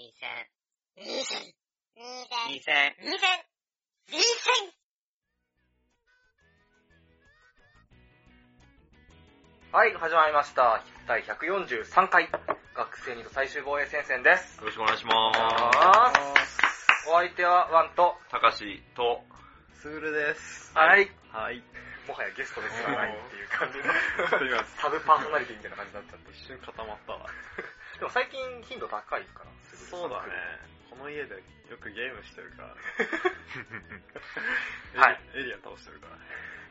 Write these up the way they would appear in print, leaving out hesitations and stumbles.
はい、始まりました。第143回、学生ニート最終防衛戦線です。 よろしくお願いしまお相手はワンと、 す。たかしと、 スールです。 はい。 はい。 もはやゲストですらないっていう感じで、 今、 サブパーソナリティみたいな感じになっちゃって。 一瞬固まったわ。 でも最近頻度高いから、 そうだね。この家でよくゲームしてるから。 はい。 エリア倒してるから。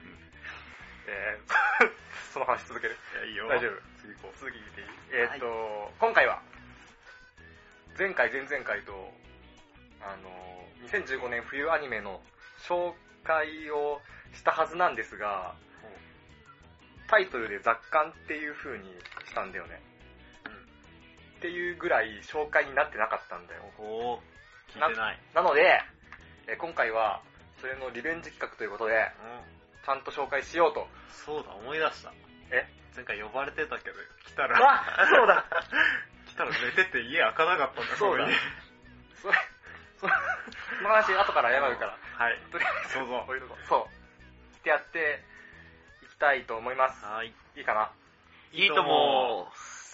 その話続ける？ いや、いいよ。 大丈夫。 次行こう。次見ていい？ 今回は、前回、前々回と、2015年冬アニメの紹介をしたはずなんですが、タイトルで雑感っていう風にしたんだよね。っていうぐらい紹介になってなかったんだよ。 聞いてない。 なので、今回はそれのリベンジ企画ということで、ちゃんと紹介しようと。 そうだ、思い出した。前回呼ばれてたけど、来たら。 そうだ来たら寝てて家開かなかったんだ。 そうだ。その話後から謝るから。 はい。 とりあえず、 どうぞ。 そう。ってやっていきたいと思います。 はい。 いいかな？ いいとも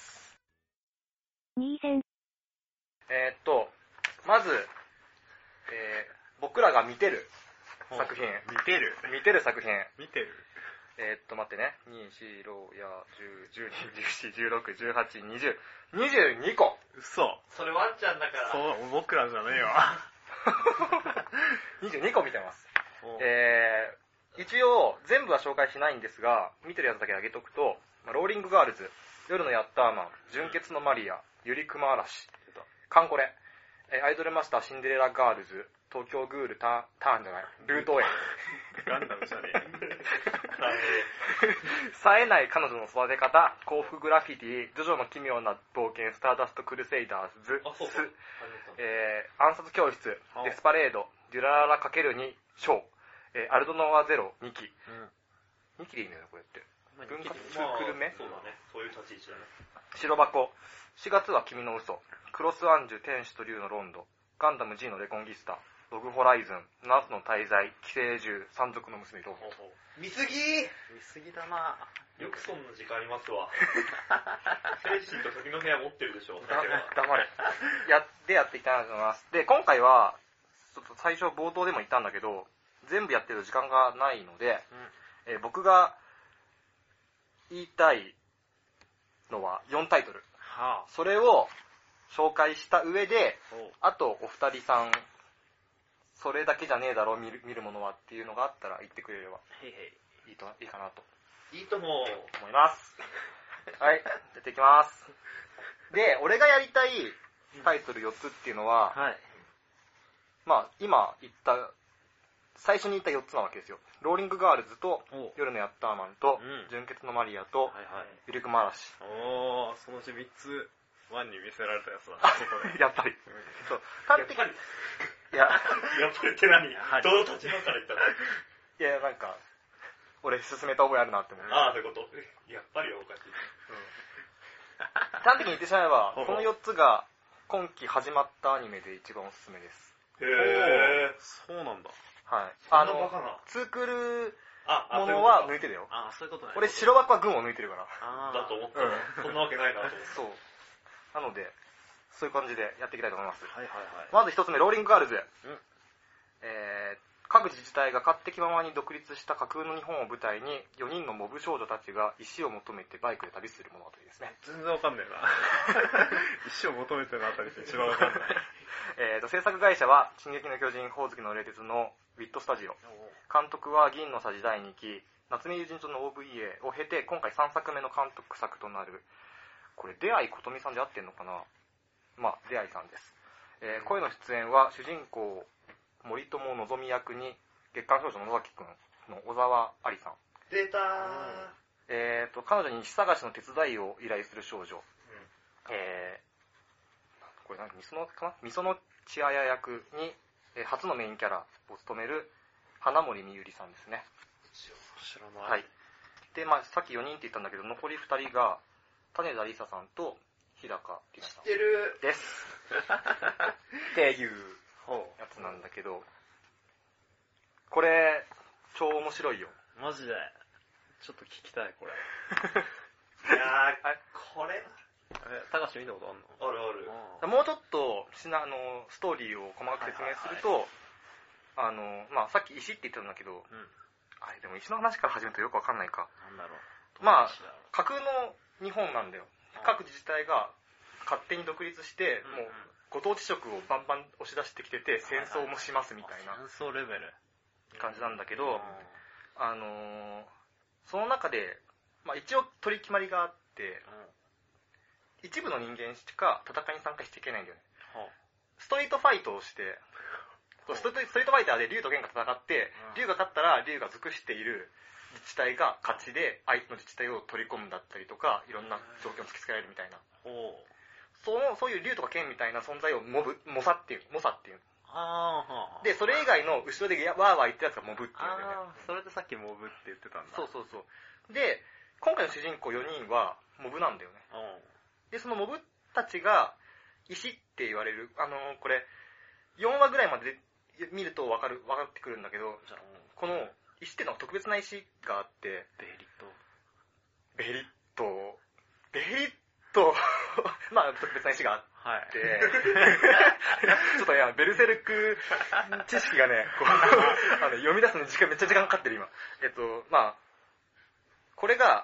まず、僕らが見てる作品。 見てる作品。 見てる待ってね。2、4、6、10、12、14、16、18、20、22個。 嘘。 それワンちゃんだから。 そう、僕らじゃねえよ。 22個見てます。一応、全部は紹介しないんですが、見てるやつだけあげとくと、ローリングガールズ、夜のヤッターマン、純潔のマリア、ゆりくま嵐、カンコレ、アイドルマスターシンデレラガールズ、東京グールターンじゃない、ルート A。 ガンダムじゃね冴えない彼女の育て方、幸福グラフィティ、ジョジョの奇妙な冒険、スターダストクルセイダーズ、暗殺教室、デスパレード、デュラララ ×2、ショー、アルドノアゼロ2期。2期でいいのよ、これって。分割2クルメ、 そうだね。そういう立ち位置だね。 白箱。4月は君の嘘。クロスアンジュ、天使と竜のロンド。ガンダム G のレコンギスタ。ログホライズン、ナスの滞在、寄生獣、山賊の娘ロボット。 見すぎだな。 よくそんな時間ありますわ。精神と時の部屋持ってるでしょ。 黙れ。やっていきたいなと思います。で、今回は、ちょっと最初冒頭でも言ったんだけど、全部やってる時間がないので、僕が言いたいのは4タイトル。それを紹介した上で、あとお二人さん、それだけじゃねえだろ、見るものはっていうのがあったら言ってくれればいいかなと。 いいとも思います。はい、やっていきます。で、俺がやりたいタイトル4つっていうのは、まあ、今言った、最初に言った4つなわけですよ。ローリングガールズと、夜のヤッターマンと、純潔のマリアと、ゆりくま嵐。 そのうち3つ、ワンに見せられたやつだ。 やっぱり。そう。 やっぱり。やっぱりって何？どの立場から言ったの？ いや、なんか、俺進めた覚えあるなって思う。 そういうこと。やっぱりおかしい。 端的に言ってしまえば、この4つが今期始まったアニメで一番おすすめです。 へー。そうなんだ。 はい。 そんなバカな。 作るものは抜いてるよ。 そういうことね。 俺白箱は群を抜いてるから。 だと思った。そんなわけないなと思って。 そう。なので、そういう感じでやっていきたいと思います。 はい。 まず1つ目、ローリングガールズ。各自治体が勝手気ままに独立した架空の日本を舞台に4人のモブ少女たちが石を求めてバイクで旅する物語ですね。 全然わかんねえな。石を求めてるあたりって一番わかんない。 制作会社は進撃の巨人、ほおずきの冷徹のウィットスタジオ。監督は銀のさじ第2期、夏目友人との OVA を経て今回3作目の監督作となる、これ出会いことみさんで合ってんのかな。まあ出会いさんです。声の出演は主人公森友のぞみ役に月刊少女野崎くんの小沢ありさん。 出たー。 彼女に石探しの手伝いを依頼する少女。これみそのかな、みその千綾役に、初のメインキャラを務める花森みゆりさんですね。 知らない。 はい。で、まあさっき4人って言ったんだけど、残り2人が種田理沙さんと日高里奈さん。 知ってるです。 っていうやつなんだけど、これ超面白いよ。 マジでちょっと聞きたいこれ。 いやー、これ、 高橋見たことあんの？ あるある。 もうちょっとストーリーを細かく説明すると、まあさっき石って言ってたんだけど、あれでも石の話から始めるとよくわかんないか。 なんだろう。 まあ架空の日本なんだよ。各自治体が勝手に独立して、もうご当地色をバンバン押し出してきてて、戦争もしますみたいな戦争レベル感じなんだけど、その中で、まあ、一応取り決まりがあって、一部の人間しか戦いに参加しちゃいけないんだよね。ストリートファイトをして、ストリートファイターで竜と剣が戦って、竜が勝ったら竜が属している自治体が勝ちで相手の自治体を取り込むんだったりとか、いろんな条件を突きつけられるみたいな。そういう竜とか剣みたいな存在をモサっていう。で、それ以外の後ろでワーワー言ってるやつがモブっていうんだよね。 それでさっきモブって言ってたんだ。 そう。で、今回の主人公4人はモブなんだよね。で、そのモブたちが石って言われる、これ、4話ぐらいまで見ると分かってくるんだけど、この石っていうのは特別な石があって、ベリット、まあ特別な石があって、ちょっとベルセルク知識がね、こう読み出すのにめっちゃ時間かかってる今。まあ、これが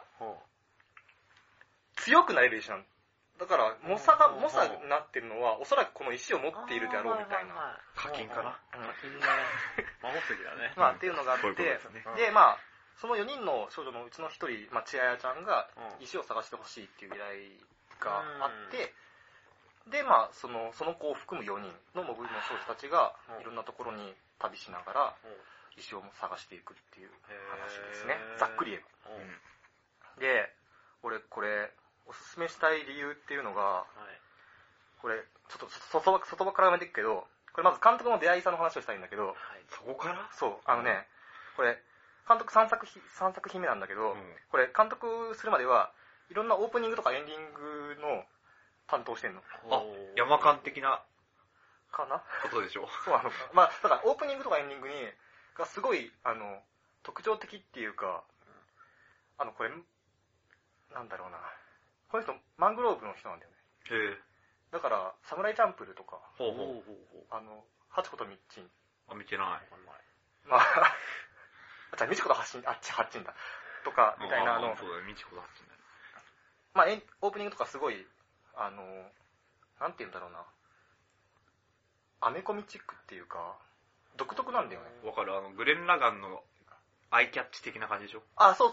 強くなれる石なんだから、猛者になってるのは、おそらくこの石を持っているであろうみたいな。 課金かな。課金だね。守ってきだね。 まあ、っていうのがあって、で、まあ、その4人の少女のうちの1人、まあ、千彩ちゃんが石を探してほしいっていう依頼があって、で、まあ、その子を含む4人のモブの少女たちが、いろんなところに旅しながら、石を探していくっていう話ですね。ざっくり言えば。で、俺、これ、おすすめしたい理由っていうのが、これ、ちょっと外場からやめていくけど、これまず監督の出会いさんの話をしたいんだけど、 そこから？ そう、これ、監督3作品目なんだけど、これ監督するまでは、いろんなオープニングとかエンディングの担当してんの。 山間的なかなことでしょ。 そうなのか。まあ、だからオープニングとかエンディングがすごい、特徴的っていうか、これ、なんだろうな。この人、マングローブの人なんだよね。だから、サムライチャンプルとか、ハチコとミッチン。 見てない。 まあ、じゃあ、ミチコとハッチンだ。とか、みたいな、 そうだね、ミチコとハッチンだね。 まあ、オープニングとかすごい、なんて言うんだろうな。アメコミチックっていうか、独特なんだよね。 わかる、グレン・ラガンのアイキャッチ的な感じでしょ。 そう。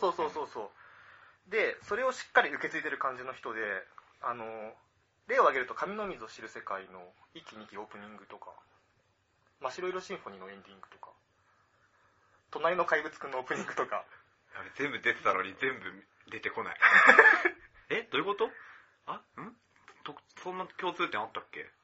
で、それをしっかり受け継いでる感じの人で、例を挙げると、神の水を知る世界の1期2期オープニングとか、真白色シンフォニーのエンディングとか、隣の怪物くんのオープニングとか。 あれ全部出てたのに全部出てこない。どういうこと？そんな共通点あったっけ？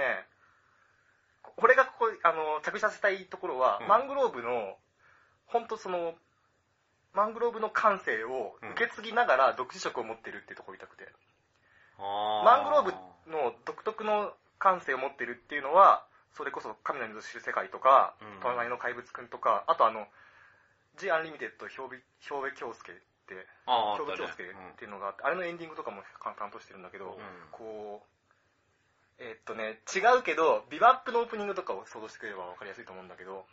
これが着地させたいところは、マングローブの、本当マングローブの感性を受け継ぎながら独自色を持ってるっていうところを言いたくて。マングローブの独特の感性を持ってるっていうのは、それこそ神の水を知る世界とか、隣の怪物くんとか、あとジ・アンリミテッド氷部京介って、氷部京介っていうのがあって、あれのエンディングとかも担当してるんだけど、こう、違うけど、ビバップのオープニングとかを想像してくれれば分かりやすいと思うんだけど、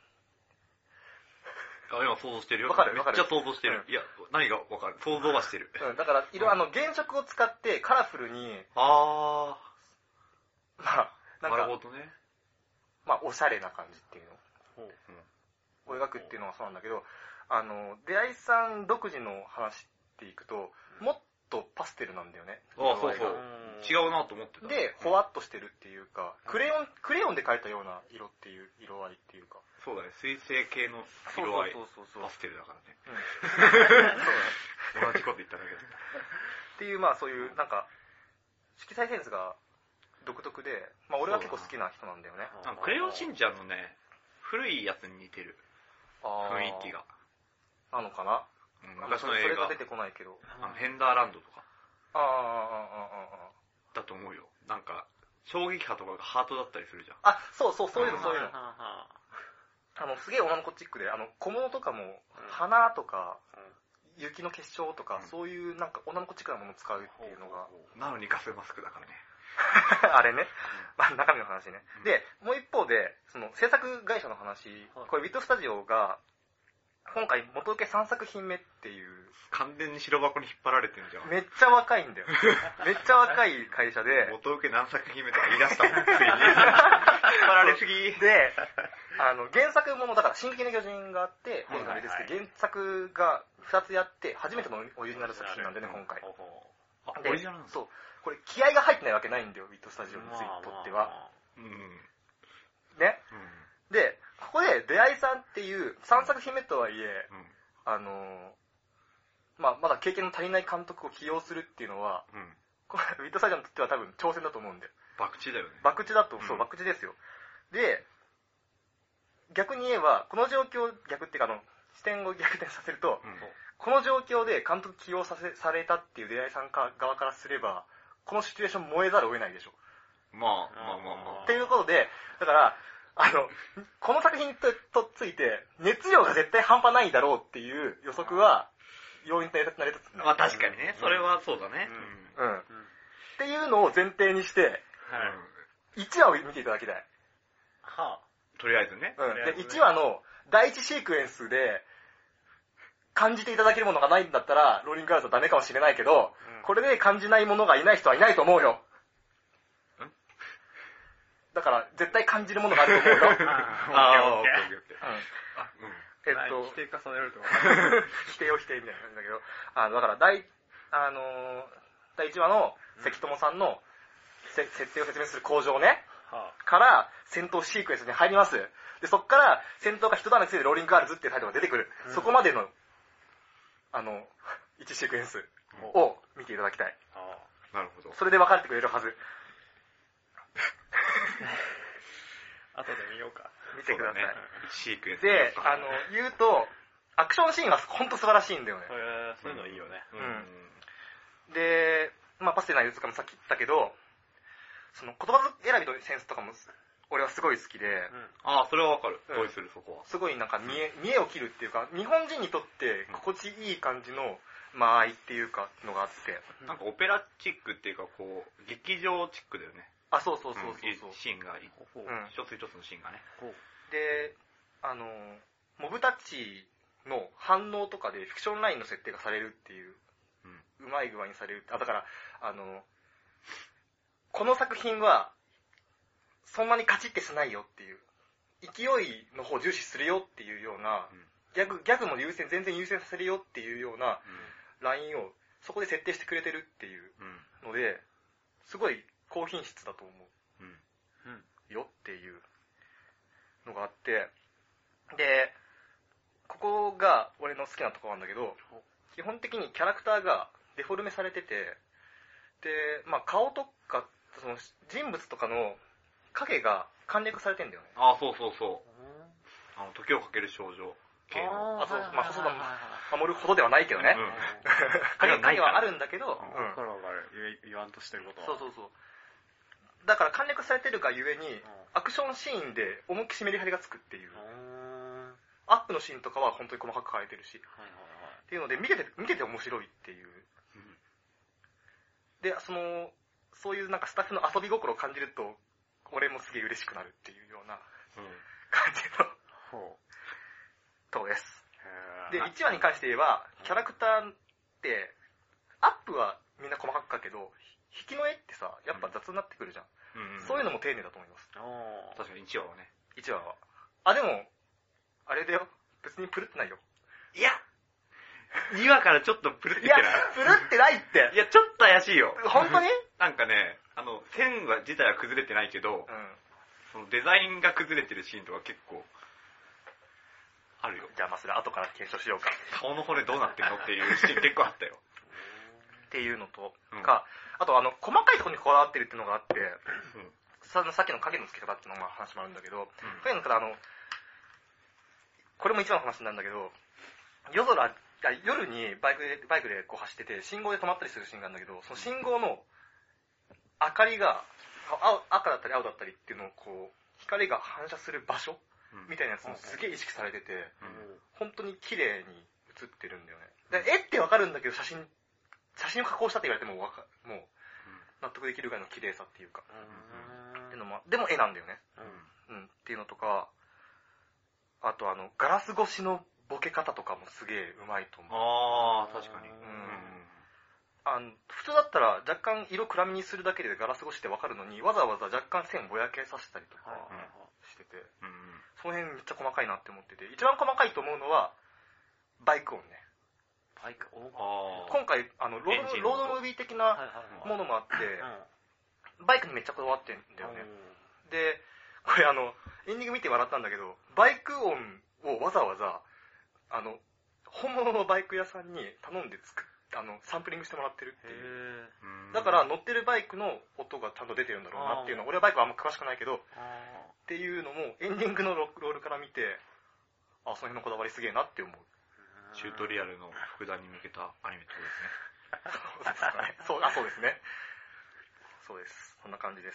今想像してるよ。 わかる。 めっちゃ想像してる。いや、何がわかる？想像はしてる。 だから、原色を使ってカラフルに、 まあ、 なるほどね。 まあ、おしゃれな感じっていうのを描くっていうのはそうなんだけど、出会いさん独自の話っていくと、もっとパステルなんだよね。 そう。違うなと思ってた。 で、ほわっとしてるっていうか、クレヨンで描いたような色合いっていうか。 そうだね、水星系の色合い。パステルだからね。同じこと言ったんだけど。 っていう、まあそういう、なんか、色彩センスが独特で、まあ俺は結構好きな人なんだよね。 クレヨンしんちゃんのね、古いやつに似てる。雰囲気が。 なのかな？ 昔の映画。 それが出てこないけど。 ヘンダーランドとか。 だと思うよ。なんか、 衝撃波とかがハートだったりするじゃん。 あ、そういうの。 はすげえ女の子チックで、小物とかも、花とか、雪の結晶とか、そういうなんか女の子チックなものを使うっていうのが、 なのにガスマスクだからね。 あれね、まあ中身の話ね。で、もう一方で、その制作会社の話、これビットスタジオが、今回元受け3作品目っていう、 完全に白箱に引っ張られてるじゃん。 めっちゃ若いんだよ。めっちゃ若い会社で、 元受け何作品目とか言い出したもん、ついに。引っ張られすぎ。 で、原作もの、だから、進撃の巨人があって、映画ですけど、原作が2つやって、初めてのオリジナル作品なんでね、今回。 あ、オリジナルなんだ。 そう。これ、気合が入ってないわけないんだよ、ビットスタジオにとっては。ね。で、ここで、出会いさんっていう、3作品目とはいえ、まだ経験の足りない監督を起用するっていうのは、これ、ビットスタジオにとっては多分挑戦だと思うんだよ。 博打だよね。 博打だと、そう、博打ですよ。で、逆に言えば、この状況、逆っていうか、視点を逆転させると、この状況で監督起用されたっていう出会いさん側からすれば、このシチュエーション燃えざるを得ないでしょ。 まあ。 っていうことで、だから、この作品とついて、熱量が絶対半端ないだろうっていう予測は、要因と成り立つ。 まあ確かにね、それはそうだね。 っていうのを前提にして、1話を見ていただきたい。 とりあえずね。 で、1話の第1シークエンスで、感じていただけるものがないんだったら、ローリングガールズはダメかもしれないけど、これで感じないものがいない人はいないと思うよ。だから、絶対感じるものがあると思うよ。 オッケー。 否定化されると否定みたいな感じだけど、だから第1話の関友さんの設定を説明する工場ね、から戦闘シークエンスに入ります。で、そっから戦闘が一段落ついてローリングガールズっていうタイトルが出てくる。そこまでの、1シークエンスを見ていただきたい。 なるほど。 それで分かってくれるはず。 後で見ようか。 見てください。 シークエンスで、言うと、アクションシーンはほんと素晴らしいんだよね。 そういうのいいよね。 で、パステナイズとかもさっき言ったけど、その言葉選びのセンスとかも俺はすごい好きで、 それはわかる。同意する、そこは。 すごいなんか見栄を切るっていうか、日本人にとって心地いい感じの間合いっていうかのがあって、 なんかオペラチックっていうかこう劇場チックだよね。 そうシーンが一つ一つのシーンがね。 で、モブたちの反応とかでフィクションラインの設定がされるっていう、うまい具合にされる。だからこの作品はそんなにカチッてしないよっていう、勢いの方を重視するよっていうような、ギャグも全然優先させるよっていうようなラインをそこで設定してくれてるっていうので、すごい高品質だと思うよっていうのがあって、で、ここが俺の好きなところなんだけど、基本的にキャラクターがデフォルメされてて、で、顔とかその人物とかの影が簡略されてんだよね。 そう。時をかける少女系の。 細田守るほどではないけどね。影はあるんだけど、 言わんとしてることは。 そう。だから簡略されてるがゆえに、アクションシーンで思いっきりメリハリがつくっていう。アップのシーンとかは本当に細かく変えてるし。っていうので、見てて面白いっていう。で、そういうなんかスタッフの遊び心を感じると、俺もすげえ嬉しくなるっていうような感じのとこです。で、1話に関して言えば、キャラクターって、アップはみんな細かく描くけど、引きの絵ってさ、やっぱ雑になってくるじゃん。そういうのも丁寧だと思います。 確かに1話はね。 1話は。でも、あれだよ。別にプルってないよ。 いや2話からちょっとプルってきてない。 いや、プルってないって。 いや、ちょっと怪しいよ。 本当になんかね、線自体は崩れてないけど、そのデザインが崩れてるシーンとか結構、あるよ。 じゃあそれ後から検証しようか。 顔の骨どうなってんのっていうシーン結構あったよ。 っていうのと、あと細かいところにこだわってるっていうのがあって、さっきの影の付け方っていうのが話もあるんだけど、影の方これも一番の話なんだけど、夜にバイクでこう走ってて、信号で止まったりするシーンがあるんだけど、その信号の明かりが赤だったり青だったりっていうのをこう、光が反射する場所みたいなやつもすげえ意識されてて、本当に綺麗に映ってるんだよね。絵ってわかるんだけど、写真を加工したって言われてももう、納得できるぐらいの綺麗さっていうか。っていうのも、でも絵なんだよね。っていうのとか、あとガラス越しのボケ方とかもすげえうまいと思う。 確かに。 普通だったら若干色暗めにするだけでガラス越しってわかるのに、わざわざ若干線ぼやけさせたりとかしてて、その辺めっちゃ細かいなって思ってて、一番細かいと思うのは、バイク音ね。今回、ロードムービー的なものもあって、バイクにめっちゃこだわってんだよね。で、これエンディング見て笑ったんだけど、バイク音をわざわざ、本物のバイク屋さんに頼んでサンプリングしてもらってるっていう。だから乗ってるバイクの音がちゃんと出てるんだろうなっていうのは、俺はバイクはあんま詳しくないけど、っていうのもエンディングのロールから見て、その辺のこだわりすげえなって思う。 チュートリアルの福田に向けたアニメってことですね。 そうですかね。そうですね。そうです。そんな感じです。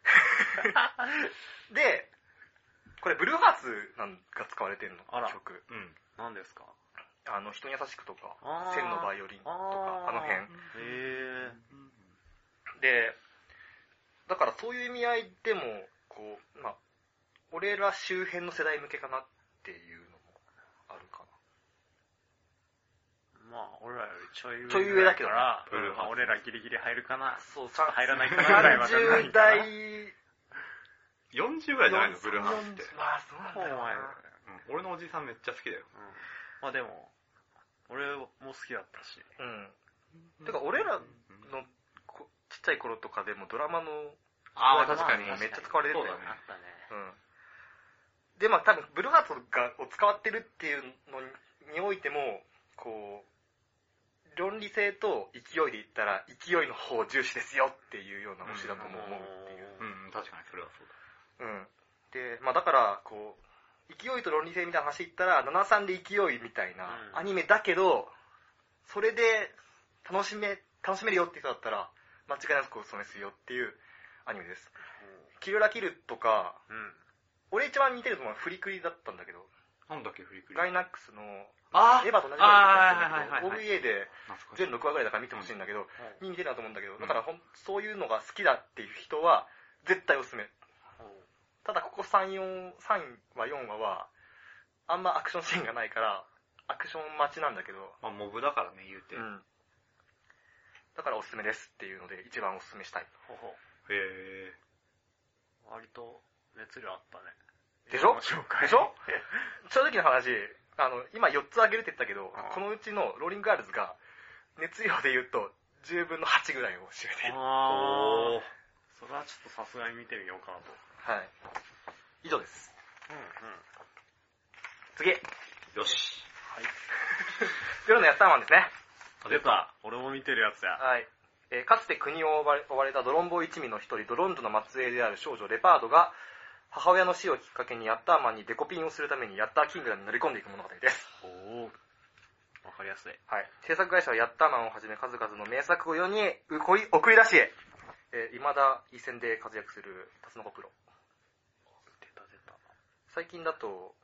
で、これブルーハーツが使われてるの、曲。 何ですか？ 人に優しくとか、千のバイオリンとか、あの辺。で、だからそういう意味合いでも、こう、俺ら周辺の世代向けかなっていうのもあるかな。俺らよりちょい上だけど、 俺らギリギリ入るかな。 そう、 入らないかなぐらいは 30代、 40ぐらいじゃないの、ブルーハーツって。 そうだよ。 俺のおじさんめっちゃ好きだよ。 でも、俺も好きだったし。 てか、俺らのちっちゃい頃とかでもドラマの、 確かにめっちゃ使われてたよね。 あったね。 で、多分、ブルーハーツを使わってるっていうのにおいても、こう、論理性と勢いで言ったら、勢いの方を重視ですよっていうような推しだと思うっていう。 確かにそれはそうだ。 で、だから、こう、勢いと論理性みたいな話言ったら、73で勢いみたいなアニメだけど、それで楽しめるよって人だったら、間違いなくおすすめするよっていうアニメです。キルラキルとか、俺一番似てるのはフリクリだったんだけど、 なんだっけフリクリ？ ガイナックスのエヴァと同じぐらいだったんだけど、OVA で全6話ぐらいだから見てほしいんだけど、に似てるなと思うんだけど、だからそういうのが好きだっていう人は絶対おすすめ。ただここ3話4話はあんまアクションシーンがないからアクション待ちなんだけど、 モブだからね言うて、 だからおすすめですっていうので一番おすすめしたい。 へえ。 割と熱量あったね。 でしょ？正直な話、今4つ挙げるって言ったけど、このうちのローリングガールズが熱量で言うと10分の8ぐらいを占めている。 それはちょっとさすがに見てみようかなと。 はい。以上です。次。 よし。 ゼロのヤッターマンですね。 出た。俺も見てるやつや。 はい。かつて国を追われたドロンボ一味の一人、ドロンジョの末裔である少女レパードが、母親の死をきっかけにヤッターマンにデコピンをするためにヤッターキングダムに乗り込んでいく物語です。 わかりやすい。 はい。制作会社はヤッターマンをはじめ数々の名作を世に送り出し、未だ一線で活躍するタツノコプロ。 出た。 最近だと、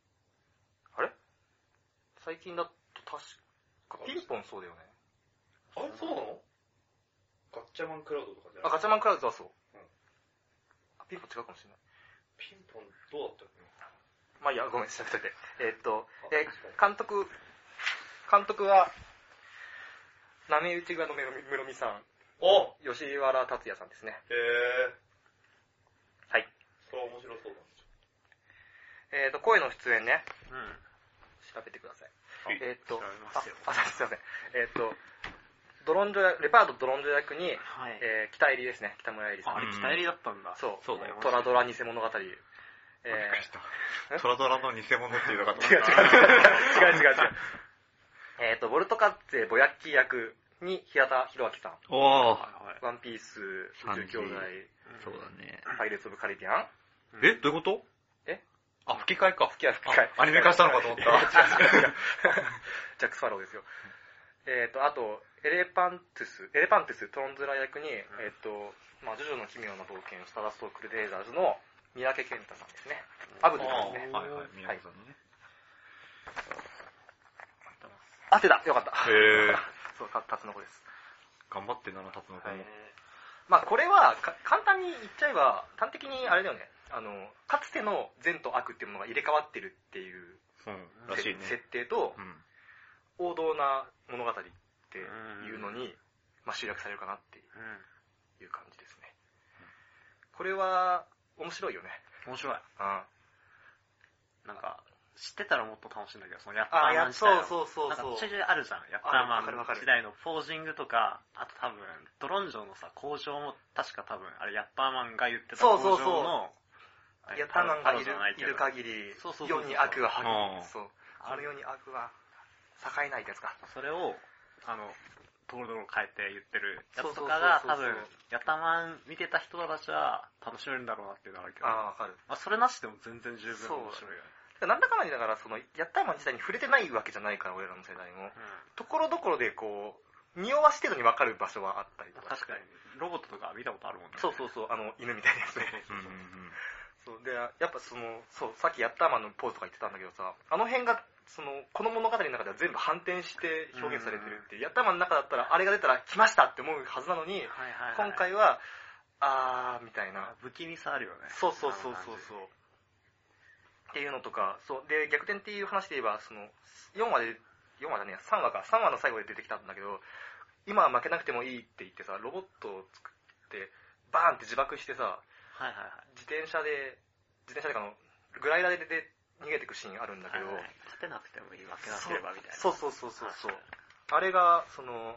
最近だと確かピンポンそうだよね。 そうなの？ガッチャマンクラウドとかじゃない？ ガチャマンクラウドはそう。ピンポン違うかもしれない。 ピンポンどうだったっけ？ いや、ごめん、調べといて。監督は、なめうちがの室見さん。吉原達也さんですね。はい。 それは面白そうだ。 声の出演ね。調べてください。 調べますよ。 すいません。レパードドロンジョ役に、北入りですね。北村入りさん。 あれ北入りだったんだ。 そうだよ。 トラドラ偽物語。 びっくりした。トラドラの偽物っていうのが違う。ボルトカッツェボヤッキー役に平田博明さん。ワンピース、宇宙兄弟、 そうだね。 パイレーツオブカリビアン。 どういうこと？吹き替えか。 吹き替え。 アニメ化したのかと思った。 違う。ジャック・スパローですよ。 あと、エレパントゥス、トロンズラ役に、ジョジョの奇妙な冒険、スターダストクルデイザーズの三宅健太さんですね。アブドゥですね。 はいはい、宮本さんのね。 合ってた、よかった。 へそう、タツノコです。 頑張ってんな、タツノコも。 まあこれは簡単に言っちゃえば、端的にあれだよね、かつての善と悪っていうものが入れ替わってるっていうらしいね。 設定と、王道な物語っていうのに、集約されるかなっていう感じですね。これは面白いよね。 面白い。 うん。 なんか、知ってたらもっと楽しいんだけど、そのヤッターマン自体そう。 なんか途中あるじゃん。ヤッターマン時代のフォージングとか、あと多分、ドロンジョのさ、工場も確か多分、あれヤッターマンが言ってた工場の、 ヤッターマンがいる限り、世に悪は吐く。そう。この世に悪は栄えないってやつか。 それを、ドロドロ変えて言ってるやつとかが多分、ヤッターマン見てた人たちは楽しめるんだろうなっていうのがあるけど。 わかる。 それなしでも全然十分面白いよね。 なんだかんだだから、ヤッターマン自体に触れてないわけじゃないから、俺らの世代も。ところどころでこう、匂わし程度に分かる場所はあったりとか。 確かに。ロボットとか見たことあるもんね。 そう、犬みたいなやつね。そうで、やっぱさっきヤッターマンのポーズとか言ってたんだけどさ、あの辺が、この物語の中では全部反転して表現されてるっていう、ヤッターマンの中だったら、あれが出たら来ましたって思うはずなのに、今回は、みたいな。 不気味さあるよね。 そう。っていうのとか、で、逆転っていう話で言えば、3話の最後で出てきたんだけど、今は負けなくてもいいって言ってさ、ロボットを作って、バーンって自爆してさ、自転車でグライダーで逃げていくシーンあるんだけど、 勝てなくてもいい、負けなければみたいな。 そう。あれが、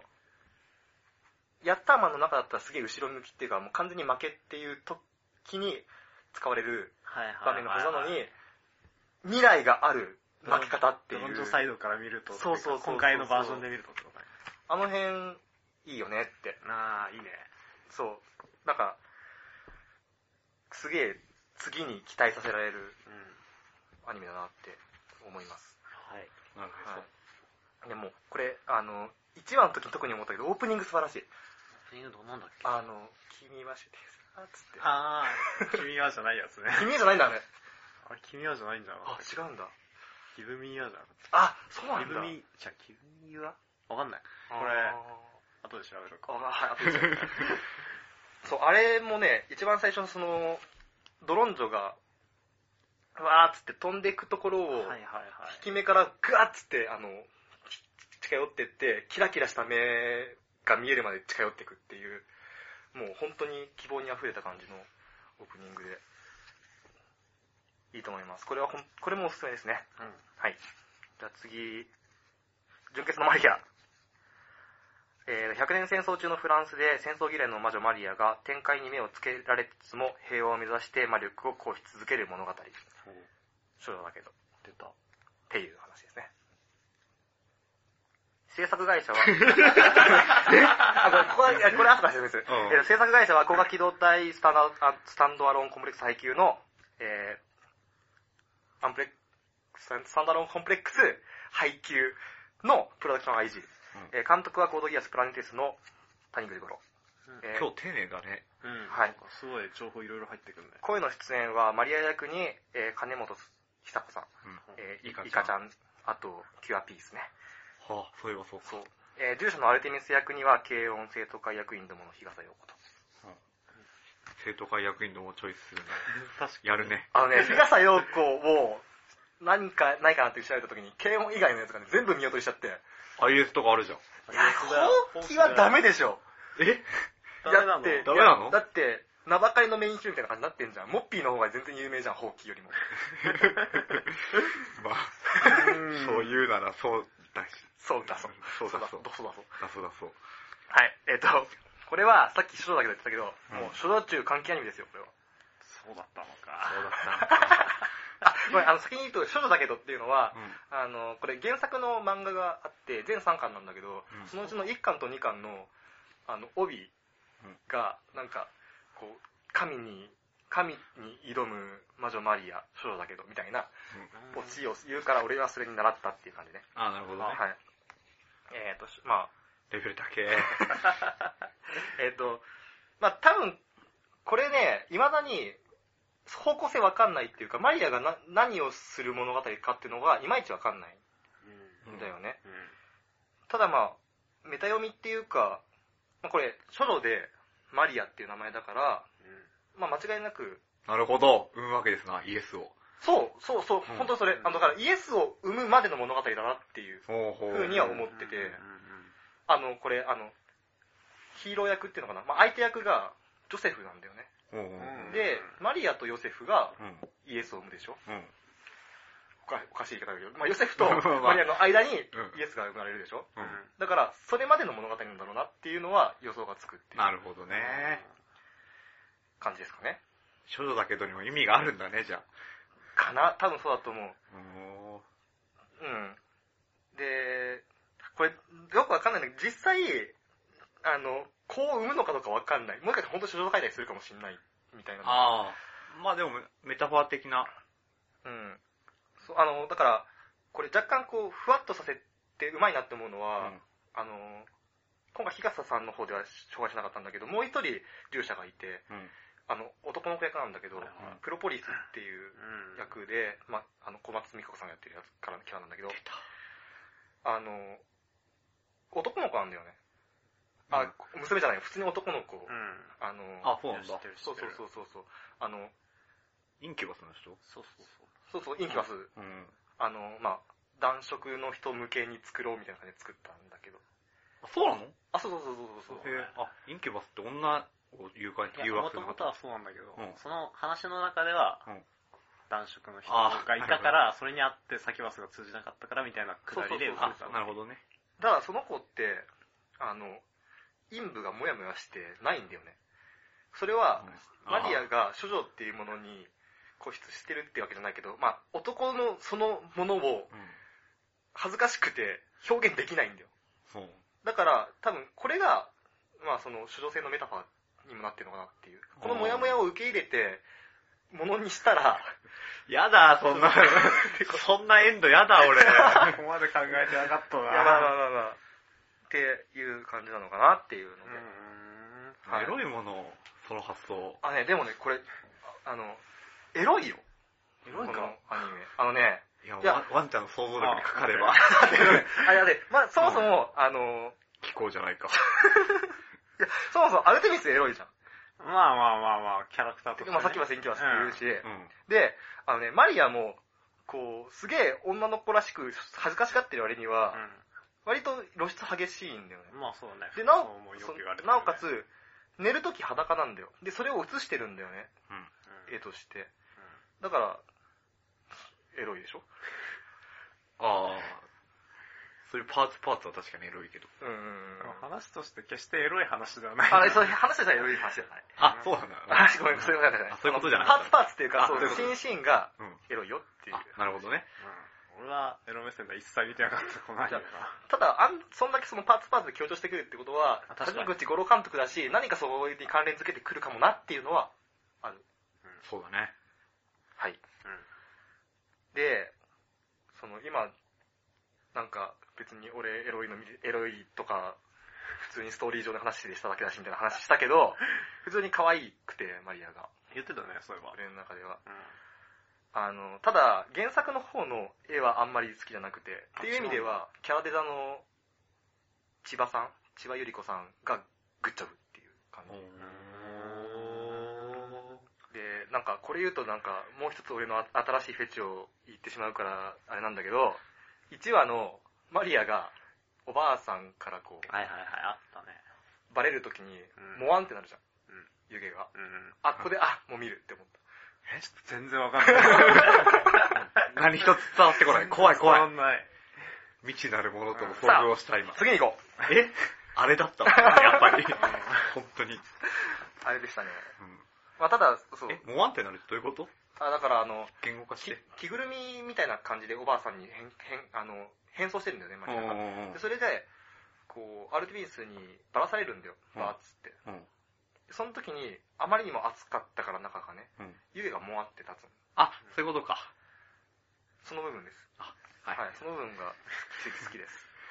ヤッターマンの中だったらすげえ後ろ向きっていうか、もう完全に負けっていう時に使われる場面のはずなのに、未来がある負け方っていう。 ドロンジョサイドから見ると、 そう。 今回のバージョンで見るとってことね。 あの辺、いいよねって。 いいね。 そう。なんか、すげえ次に期待させられるアニメだなって思います。 はい。 なるほど。 でも、これ、1話の時に特に思ったけど、オープニング素晴らしい。 オープニングどうなんだっけ？ 君はしてさ、つって。 君はじゃないやつね。 君はじゃないんだね。 あれ、君はじゃないんだな。 違うんだ。 ギブミーはじゃん。 そうなんだ。 ギブミーはわかんない。これ、後で調べるか。 後で調べる。そう、あれもね、一番最初のドロンジョが、わーっつって飛んでいくところを、引き目からグワッつって、近寄ってって、キラキラした目が見えるまで近寄っていくっていう、もう本当に希望に溢れた感じのオープニングで、いいと思います。これもおすすめですね。はい。じゃあ次、純潔のマリア。100年戦争中のフランスで戦争嫌いの魔女マリアが展開に目をつけられつつも平和を目指して魔力を行使し続ける物語。少女だけど。 出た。 っていう話ですね。制作会社は、これ後から説明する。制作会社は光学機動隊スタンドアローンコンプレックス配給の、スタンドアローンコンプレックス配給のプロダクション IG。監督はコードギアスプラネテスの谷口五郎。 今日丁寧だね。 はい。 すごい情報いろいろ入ってくるね。 声の出演はマリア役に、金本久子さん、イカちゃん、あとキュアピースね。 そういえばそう。 従者のアルテミス役には軽音生徒会役員どもの日笠陽子と。 生徒会役員どもをチョイスするね。確かに。やるね。 日笠陽子を何かないかなって調べた時に軽音以外のやつがね全部見落としちゃって。 IS とかあるじゃん。 いや、ほうきはダメでしょ。 ダメなの？ だって、名ばかりのメインヒーローみたいな感じになってんじゃん。モッピーの方が全然有名じゃん、ほうきよりも。 まあ、そう言うならそうだし。 そうだ。 はい、 これはさっき処女だけど言ってたけど、もう処女中関係アニメですよ、これは。 そうだったのか。 ごめん、先に言うと、処女だけどっていうのは、これ原作の漫画があって、全3巻なんだけど、そのうちの1巻と2巻の、帯が、なんか、こう、神に挑む魔女マリア、処女だけど、みたいな、オチを言うから、俺はそれに習ったっていう感じね。 なるほどね。 はい。 まあ、 レベル高え。 まあ多分、これね、未だに方向性わかんないっていうか、マリアが何をする物語かっていうのがいまいちわかんないんだよね。ただまあ、メタ読みっていうか、まあ、これ、書道でマリアっていう名前だから、まあ間違いなく。 なるほど、産むわけですな、イエスを。 そう、本当それ。だからイエスを生むまでの物語だなっていうふうには思ってて、これ、ヒーロー役っていうのかな、まあ相手役がジョセフなんだよね。で、マリアとヨセフがイエスを産むでしょ。おかしい言い方だけど、まあ、ヨセフとマリアの間にイエスが生まれるでしょ。だから、それまでの物語なんだろうなっていうのは予想がつくっていう。 なるほどね。 感じですかね。 書道だけどにも意味があるんだね、じゃあ。 かな、多分そうだと思う。で、これ、よくわかんないんだけど、実際、こう生むのかどうかわかんない。もう一回本当書道書いたりするかもしんない、みたいな。 まあでも、メタファー的な。 そう、だから、これ若干こう、ふわっとさせてうまいなって思うのは、今回、日笠さんの方では紹介しなかったんだけど、もう一人、従者がいて、男の子役なんだけど、プロポリスっていう役で、まあ、小松美香子さんがやってるやつからのキャラなんだけど、男の子なんだよね。娘じゃない、普通に男の子。 そうなんだ。 そう。 インキュバスの人？ そう、インキュバス。まあ、男色の人向けに作ろうみたいな感じで作ったんだけど。 そうなの？ そう。 インキュバスって女を誘惑するの？ もともとはそうなんだけど、その話の中では、男色の人がいたから、それにあってサキュバスが通じなかったからみたいなくだりでなるほどね。 だからその子って、陰部がもやもやしてないんだよね。それは、マリアが処女っていうものに固執してるってわけじゃないけど、まあ、男のそのものを恥ずかしくて表現できないんだよ。だから、多分これが、まあその処女性のメタファーにもなってるのかなっていう。このモヤモヤを受け入れて、ものにしたら、 やだ、そんなエンドやだ、俺。 ここまで考えてなかったな。 まあ。っていう感じなのかなっていうので。 エロいもの、その発想。 でもね、これ、エロいよ。 エロいかこのアニメ。 いや、ワンちゃんの想像力にかかれば。 まあ、そもそも、 気候じゃないか。 いや、そもそもアルテミスエロいじゃん。 まあ、キャラクターとして、 まあ、さっきはインキュバスって言うし、で、マリアも、こう、すげえ女の子らしく恥ずかしがってる割には、割と露出激しいんだよね。 まあそうね。 で、なおかつ、寝るとき裸なんだよ。で、それを映してるんだよね。絵として。だから、エロいでしょ？ そういうパーツは確かにエロいけど。 話として決してエロい話ではない。 そういう話としてはエロい話じゃない。 そうなんだ。 ごめん、そういうことじゃない。 そういうことじゃない。 パーツっていうか、新シーンがエロいよっていう。 なるほどね。 俺はエロ目線では一切見てなかったことないよな。 ただ、そんだけそのパーツで強調してくるってことは、谷口五郎監督だし、何かそこに関連づけてくるかもなっていうのはある。 そうだね。 はい。で、今、なんか別に俺エロいとか、普通にストーリー上の話でしただけだしみたいな話したけど、普通に可愛くて、マリアが。 言ってたね、そういえば。 俺の中では。ただ、原作の方の絵はあんまり好きじゃなくて、っていう意味では、キャラデザの千葉ゆり子さんがグッジョブっていう感じ。で、なんかこれ言うとなんかもう一つ俺の新しいフェチを言ってしまうからあれなんだけど、1話のマリアがおばあさんからこう、 あったね。 バレるときに、モワンってなるじゃん。湯気が。ここで、もう見るって思った。 全然わかんない。 何一つ伝わってこない。怖い。 伝わんない。 未知なるものとの遭遇をした今。 次に行こう。 あれだったのやっぱり。本当に。 あれでしたね。まあただ、そう。 モワンってなるってどういうこと？ だから言語化して。 着ぐるみみたいな感じでおばあさんに変装してるんだよね、マリアが。で、それで、こう、アルテミスにばらされるんだよ、バーッつって。その時に、あまりにも暑かったから中がね、湯気がもわって立つの。 そういうことか。 その部分です。はい、その部分が好きです。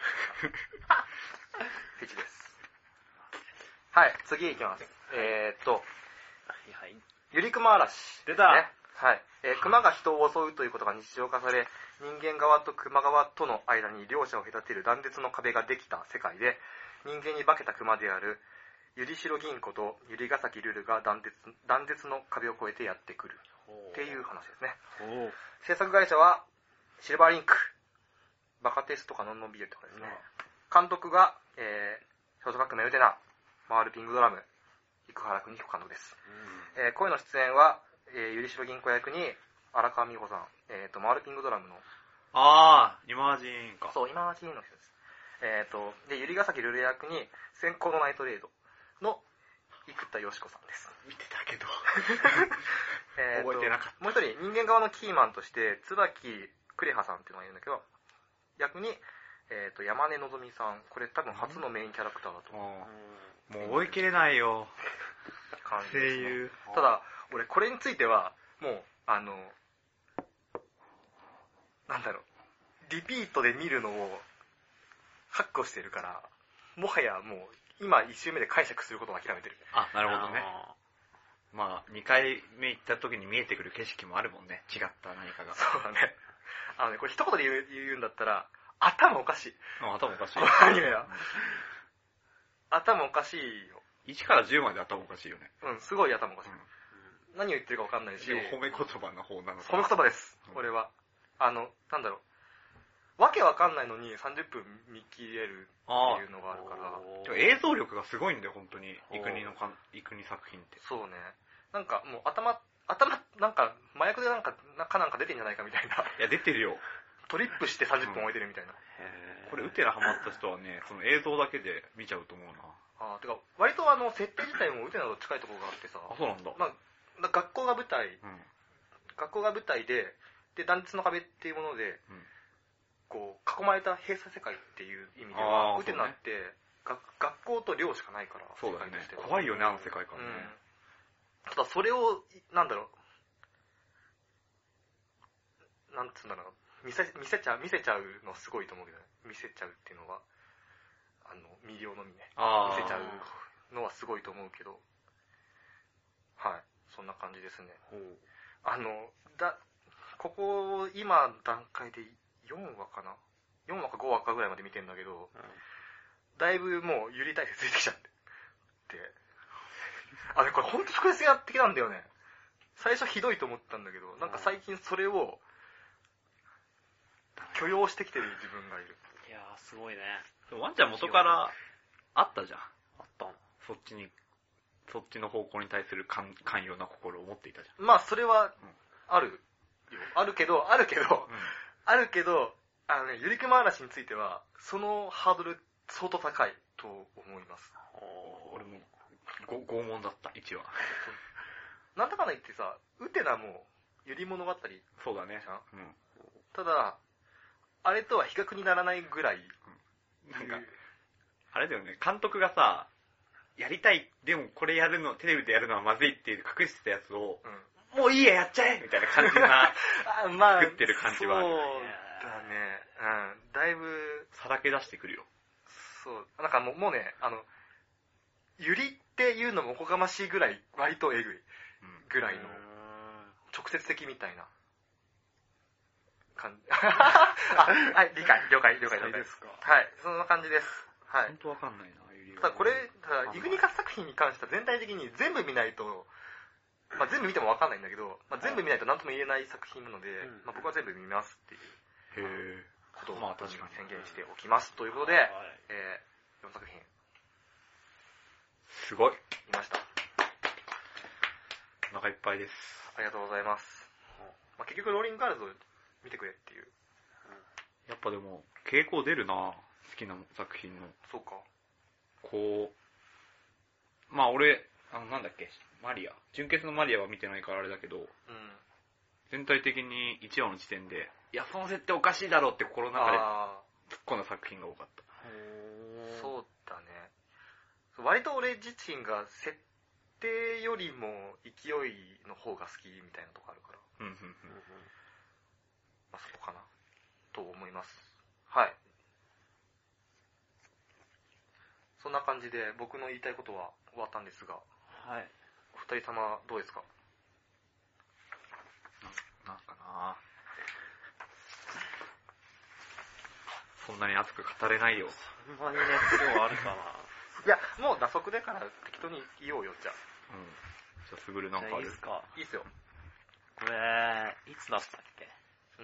フェチです。はい、次いきます。 はい。 ゆりくま嵐。 出た、 ね、はい。熊が人を襲うということが日常化され、人間側と熊側との間に両者を隔てる断絶の壁ができた世界で、人間に化けた熊であるゆりしろ銀子とゆりがさきルルが断絶の壁を越えてやってくるっていう話ですね。制作会社はシルバーリンク、バカテスとかノンノンビエとかですね。監督が、少女革命ウテナ、マールピングドラム、生原邦彦監督です。声の出演は、ゆりしろ銀子役に荒川美穂さん、マールピングドラムの今人か。 そう、今人の人です。で、ゆりがさきルル役に先行のナイトレイドの生田よし子さんです。 見てたけど覚えてなかった。もう一人、人間側のキーマンとして椿クレハさんっていうのがいるんだけど、役に、山根のぞみさん、これ多分初のメインキャラクターだと思う。もう覚えきれないよ。 声優。ただ、俺これについては、もう、なんだろう、リピートで見るのを覚悟してるから、もはやもう、今1周目で解釈することを諦めてる。 あ、なるほどね。まあ、2回目行った時に見えてくる景色もあるもんね。違った何かが。 そうだね。これ一言で言うんだったら、頭おかしい。 頭おかしい。 アニメは。頭おかしいよ。 1から10まで頭おかしいよね。 うん、すごい頭おかしい。何を言ってるか分かんないし。 褒め言葉の方なのか。 褒め言葉です、俺は。なんだろう。わけわかんないのに30分見切れるっていうのがあるから。 映像力がすごいんだよ、本当に。イクニ作品って。 そうね。なんかもう頭、なんか麻薬でなんか出てんじゃないかみたいな。 いや、出てるよ。 トリップして30分置いてるみたいな。 これ、ウテナハマった人はね、その映像だけで見ちゃうと思うな。 てか、割と設定自体もウテナと近いところがあってさ。 そうなんだ。 まあ、学校が舞台で、断絶の壁っていうもので、こう、囲まれた閉鎖世界っていう意味では、ウテナって、学校と寮しかないから。 そうだよね。怖いよね、あの世界観ね。 ただそれを、なんだろう、なんつうんだろう、見せちゃうのすごいと思うけどね。見せちゃうっていうのは、魅了のみね。見せちゃうのはすごいと思うけど、はい、そんな感じですね。ここ、今段階で4話かな ?4 話か5話かぐらいまで見てんだけど、だいぶもうゆり体勢ついてきちゃって。これほんと複雑やってきたんだよね。最初ひどいと思ったんだけど、なんか最近それを許容してきてる自分がいる。 いやー、すごいね。 ワンちゃん元からあったじゃん。 あったの。 そっちの方向に対する寛容な心を持っていたじゃん。 まあそれはあるよ。あるけど、ゆりくま嵐についてはそのハードル相当高いと思います。 俺も拷問だった、1話。 なんだかんだ言ってさ、ウテナもゆり物語じゃん。 そうだね。 ただ、あれとは比較にならないぐらい。 なんか、あれだよね、監督がさ、やりたい、でもこれテレビでやるのはまずいって隠してたやつを、もういいや、やっちゃえみたいな感じな、作ってる感じはある。 そうだね。だいぶ、 さらけ出してくるよ。 そう。なんかもうね、ゆりっていうのもおこがましいぐらい、割とえぐいぐらいの、直接的みたいな感じ。はい、了解ですか。はい、そんな感じです。はい。 本当わかんないな、ゆりは。 ただこれ、イグニカス作品に関しては全体的に全部見ないと、まあ全部見てもわかんないんだけど、まあ、全部見ないと何とも言えない作品なので、まあ、僕は全部見ますっていうことを確かに宣言しておきます。ということで、4作品。 すごい。 見ました。 お腹いっぱいです。 ありがとうございます。まあ、結局ローリングガールズを見てくれっていう。 やっぱでも、傾向出るな、好きな作品の。 そうか。 こう、まあ俺、なんだっけ、マリア。純潔のマリアは見てないからあれだけど、全体的に1話の時点で、いや、その設定おかしいだろうって心の中で突っ込んだ作品が多かった。 そうだね。割と俺自身が設定よりも勢いの方が好きみたいなとこあるから。まあそこかなと思います。はい。 な感じで僕の言いたいことは終わったんですが、 はい。 お二人様どうですか？ なんかなそんなに熱く語れないよ。 そんなに熱量あるかな。 いや、もう打足でから適当に言おうよ、じゃあ。 うん。じゃあ、すぐるなんかある？ いいですか。 いいっすよ。 これ、いつだったっけ？ うん。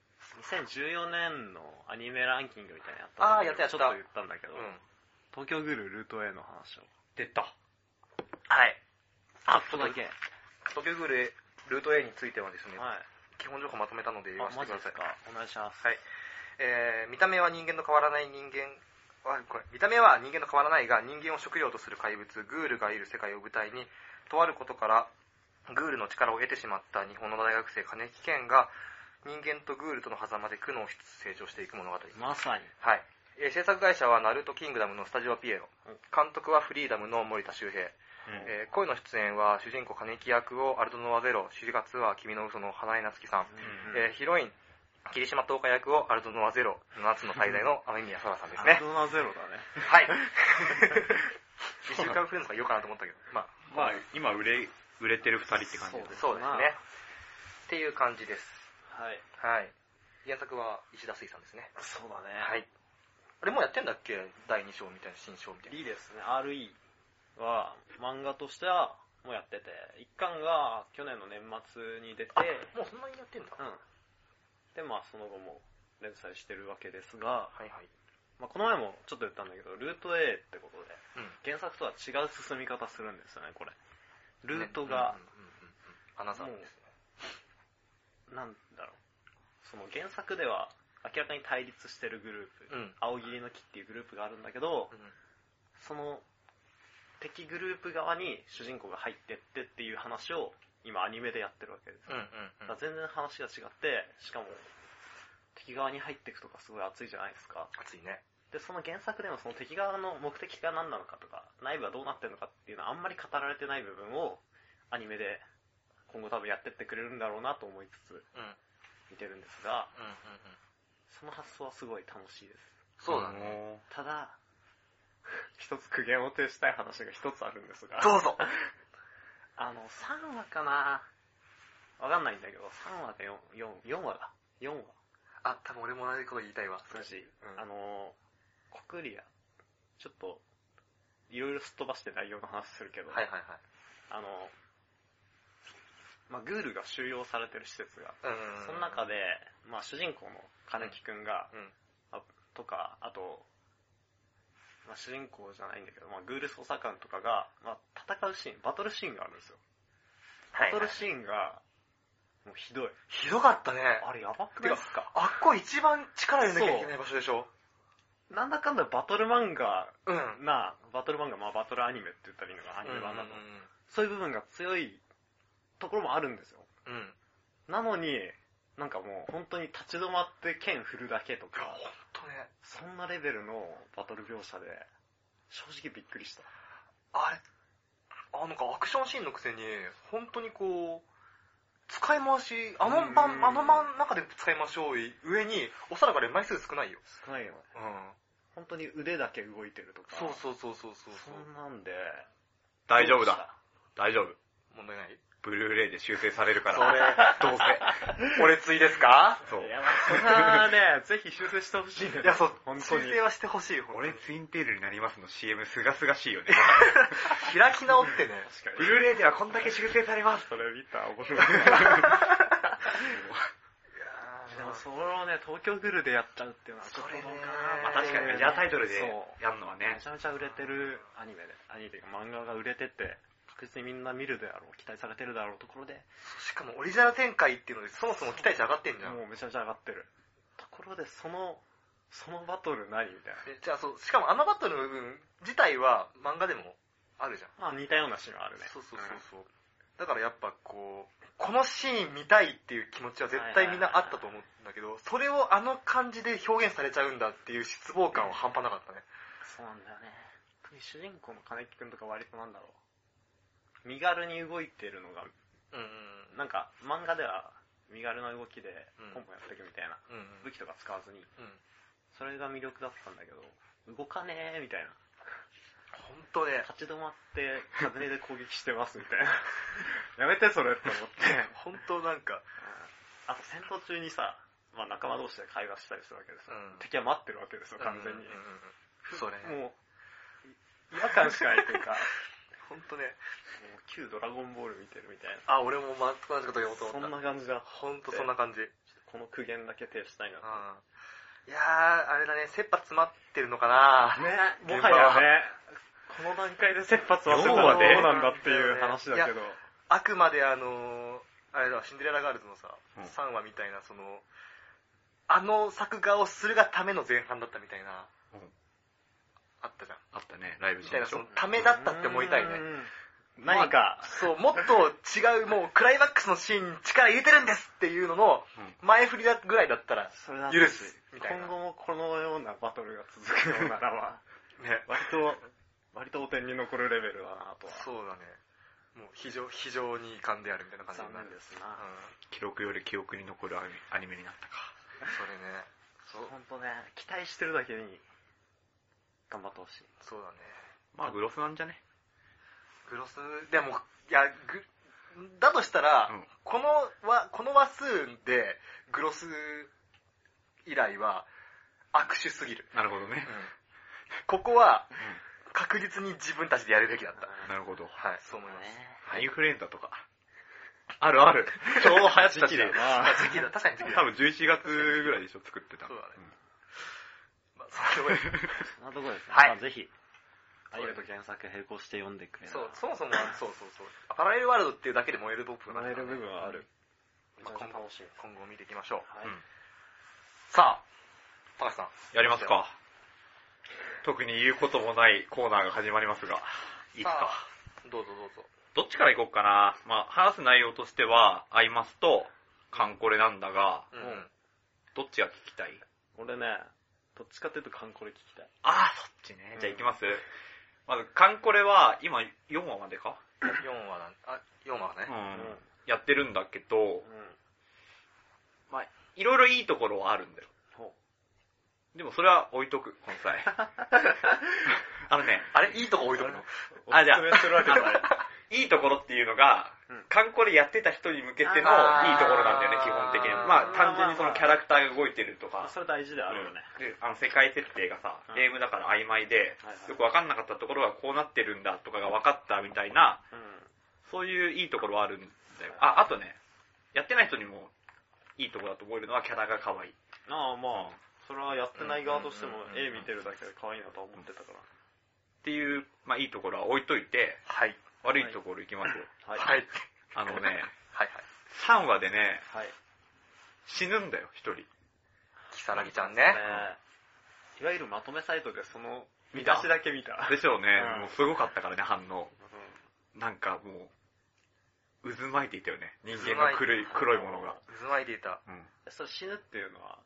2014年のアニメランキングみたいなのやった。 やった。 ちょっと言ったんだけど、 うん。 東京グルルート A の話を。 出た。 はい。 ちょっとだけ。 東京グルート A についてはですね、 はい。 基本情報まとめたので言わせてください。 マジですか。お願いします。 はい。見た目は人間と変わらない見た目は人間と変わらないが、人間を食料とする怪物、グールがいる世界を舞台に、とあることから、グールの力を得てしまった日本の大学生、金木健が、人間とグールとの狭間で苦悩しつつ成長していく物語。 まさに。 はい。制作会社はナルトキングダムのスタジオピエロ。監督はフリーダムの森田修平。声の出演は主人公金木役をアルドノワゼロ、4月は君の嘘の花江夏樹さん。ヒロイン、霧島東海役をアルドノワゼロ、夏の滞在の雨宮空さんですね。 アルドノワゼロだね。 はい。一週間フレンズが言おうかなと思ったけど、まあ今売れてる二人って感じです。 そうですね。っていう感じです。 はい。 はい。原作は石田水さんですね。 そうだね。 はい。あれもうやってんだっけ？第2章みたいな、新章みたいな。 いいですね。RE は漫画としてはもうやってて、一巻が去年の年末に出て、 もうそんなにやってんだ。 うん。で、その後も連載してるわけですが、 はいはい。 この前もちょっと言ったんだけど、ルート A ってことで、 うん、 原作とは違う進み方するんですよね、これ。ルートが、 アナザーですね。なんだろう。その原作では明らかに対立してるグループ、青霧の木っていうグループがあるんだけど、その敵グループ側に主人公が入ってってっていう話を今アニメでやってるわけです。だから全然話が違って、しかも敵側に入っていくとかすごい熱いじゃないですか。 熱いね。 で、その原作でもその敵側の目的が何なのかとか、内部はどうなってるのかっていうのはあんまり語られてない部分をアニメで今後多分やってってくれるんだろうなと思いつつ見てるんですが、その発想はすごい楽しいです。 そうだね。 ただ、一つ苦言を呈したい話が一つあるんですが。 どうぞ 3話かなわかんないんだけど、3話か4話だ。4話。 多分俺も同じこと言いたいわ。 マジ。コクリア、ちょっと、いろいろすっ飛ばして内容の話するけど、グールが収容されてる施設が、その中で、主人公の金木くんが、とか、あと、主人公じゃないんだけど、グール捜査官とかが、戦うシーン、バトルシーンがあるんですよ。バトルシーンが、もうひどい。 ひどかったね。 あれやばくないですか？ あっこ一番力入れなきゃいけない場所でしょ。 なんだかんだバトル漫画バトルアニメって言ったらいいのか、アニメ版だと。そういう部分が強いところもあるんですよ。なのに、なんかもう本当に立ち止まって剣振るだけとか、 本当ね。 そんなレベルのバトル描写で、正直びっくりした。 あれ、なんかアクションシーンのくせに、本当にこう、使い回し、あの版の中で使いましょう上に、おそらくあれ枚数少ないよ。 少ないよ。本当に腕だけ動いてるとか。そう。そんなんで。 大丈夫だ。大丈夫。 問題ない？ ブルーレイで修正されるから。 どうせ。お熱いですか？ そう。いや、それはね、ぜひ修正してほしいね。 いや、そう、本当に。修正はしてほしい。 俺ツインテールになりますの CM すがすがしいよね。 開き直ってね。 確かに。 ブルーレイではこんだけ修正されます。 それ見た、面白い。でもそれをね、東京グルでやっちゃうっていうのはちょっとどうかな。 確かにメジャータイトルでやるのはね。 めちゃめちゃ売れてるアニメというか漫画が売れてて、確実にみんな見るであろう、期待されてるだろうところで。 しかもオリジナル展開っていうのでそもそも期待値上がってんじゃん。 もうめちゃめちゃ上がってる。ところでそのバトル何みたいな。 じゃあしかもあのバトルの部分自体は漫画でもあるじゃん。 似たようなシーンはあるね。 そう。だからやっぱこのシーン見たいっていう気持ちは絶対みんなあったと思うんだけど、それをあの感じで表現されちゃうんだっていう失望感は半端なかったね。 そうなんだよね。特に主人公の金木くんとか割となんだろう。身軽に動いてるのが、なんか漫画では身軽な動きでポンポンやっていくみたいな、武器とか使わずに、それが魅力だったんだけど、動かねーみたいな。 本当ね。 立ち止まってキャブネで攻撃してますみたいな。やめてそれって思って。 本当なんか。 あと戦闘中にさ、まあ仲間同士で会話したりするわけですよ。敵は待ってるわけですよ、完全に。 それ。 もう、違和感しかないというか。 本当ね。 もう旧ドラゴンボール見てるみたいな。 あ、俺も同じこと言おうと思った。 そんな感じだ。 本当そんな感じ。 この苦言だけ呈したいなと。 いやー、あれだね、切羽詰まってるのかなね、もはやね、この段階で切羽詰まってたらどうなんだっていう話だけど。 あくまであれだ、シンデレラガールズのさ、3話みたいな、作画をするがための前半だったみたいな、あったじゃん。 あったね、ライブみたいな、ためだったって思いたいね。 何か、 そう、もっと違う、もう、クライマックスのシーンに力入れてるんですっていうのの、前振りぐらいだったら、許す。みたいな。 今後もこのようなバトルが続くのならば、 ね、 割とお点に残るレベルだなとは。 そうだね。もう非常に遺憾であるみたいな感じになる。 残念ですな。 記録より記憶に残るアニメになったか。 それね。 ほんとね、期待してるだけに、頑張ってほしい。 そうだね。 まあ、グロスなんじゃね？ グロス、でも、だとしたら、この話数で、グロス以来は、握手すぎる。 なるほどね。 ここは、確実に自分たちでやるべきだった。 なるほど。 はい、そう思います。 インフルエンザとか。あるある。ちょうど流行ってたし。 時期だ、確かに時期だ。 多分11月ぐらいでしょ、作ってた。 そうだね。まあ、そんなとこです。 そんなとこですね。 はい。 まあ、ぜひ、アニメと原作並行して読んでくれる。 そう、そもそも、そう。パラレルワールドっていうだけで燃える部分が燃える部分はある。 今後見ていきましょう。 はい。 さあ、高橋さん。 やりますか。特に言うこともないコーナーが始まりますが、いいですか。 どうぞ。 どっちから行こうかな。まあ、話す内容としては、アイマスとカンコレなんだが、どっちが聞きたい？ 俺ね、どっちかっていうとカンコレ聞きたい。 ああ、そっちね。じゃあ行きます。まず、カンコレは、今4話までか？ 4話ね。 やってるんだけど、まあ、いろいろいいところはあるんだよ。でもそれは置いとく、この際。 あれいいとこ置いとくの？ じゃあ、 いいいところっていうのが、カンコレやってた人に向けてのいいところなんだよね、基本的に。まあ、単純にそのキャラクターが動いてるとか。 それ大事であるよね。 で、世界設定がさ、ゲームだから曖昧で、よくわかんなかったところがこうなってるんだとかが分かったみたいな、そういういいところはあるんだよ。あとね、やってない人にもいいところだと思えるのはキャラが可愛い。 まあ、それはやってない側としても絵見てるだけで可愛いなと思ってたから。 っていう、まあいいところは置いといて、悪いところ行きましょう。 はい。 3話でね、死ぬんだよ、1人。 キサラギちゃんね。 いわゆるまとめサイトでその見出しだけ見た。 でしょうね。もうすごかったからね、反応。なんかもう、渦巻いていたよね。人間の黒いものが。 渦巻いていた。 それ死ぬっていうのは、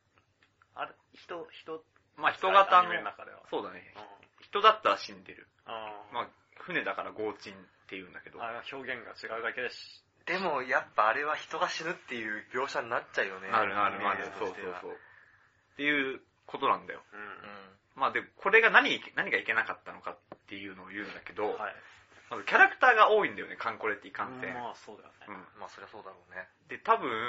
まあ人型の、そうだね。人だったら死んでる。まあ船だから強沈っていうんだけど。 表現が違うだけでし。 でもやっぱあれは人が死ぬっていう描写になっちゃうよね。 まあそう。っていうことなんだよ。まあで、これが何がいけなかったのかっていうのを言うんだけど、まずキャラクターが多いんだよね、カンコレっていかんせん。 まあそうだよね。 まあそりゃそうだろうね。 で、多分、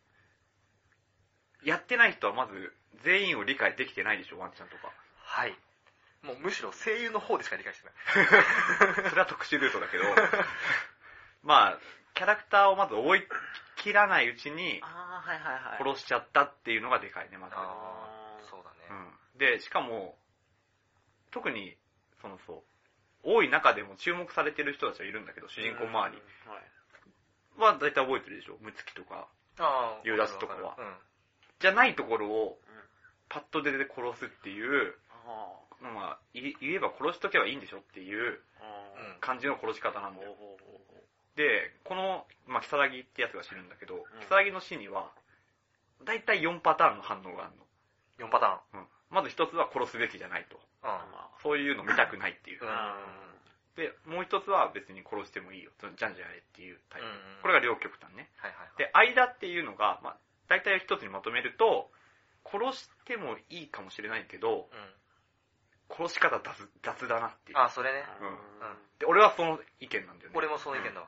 やってない人はまず全員を理解できてないでしょ、ワンちゃんとか。 はい。もうむしろ声優の方でしか理解してない。 それは特殊ルートだけど、まあ、キャラクターをまず追い切らないうちに、殺しちゃったっていうのがでかいね、まず。 そうだね。 で、しかも、特に、多い中でも注目されてる人たちはいるんだけど、主人公周りは大体覚えてるでしょ、ムツキとか、ユーダスとかは。じゃないところを、パッと出て殺すっていう、まあ、言えば殺しとけばいいんでしょっていう感じの殺し方なんだよ。で、この、まあ、キサラギってやつが死ぬんだけど、キサラギの死には、だいたい4パターンの反応があるの。4パターン。 まず一つは殺すべきじゃないと。そういうの見たくないっていう。で、もう一つは別に殺してもいいよ。じゃんじゃんやれっていうタイプ。これが両極端ね。で、間っていうのが、まあ、だいたい一つにまとめると、殺してもいいかもしれないけど、 殺し方雑だなっていう。 あ、それね。 で、俺はその意見なんだよね。 俺もその意見だわ。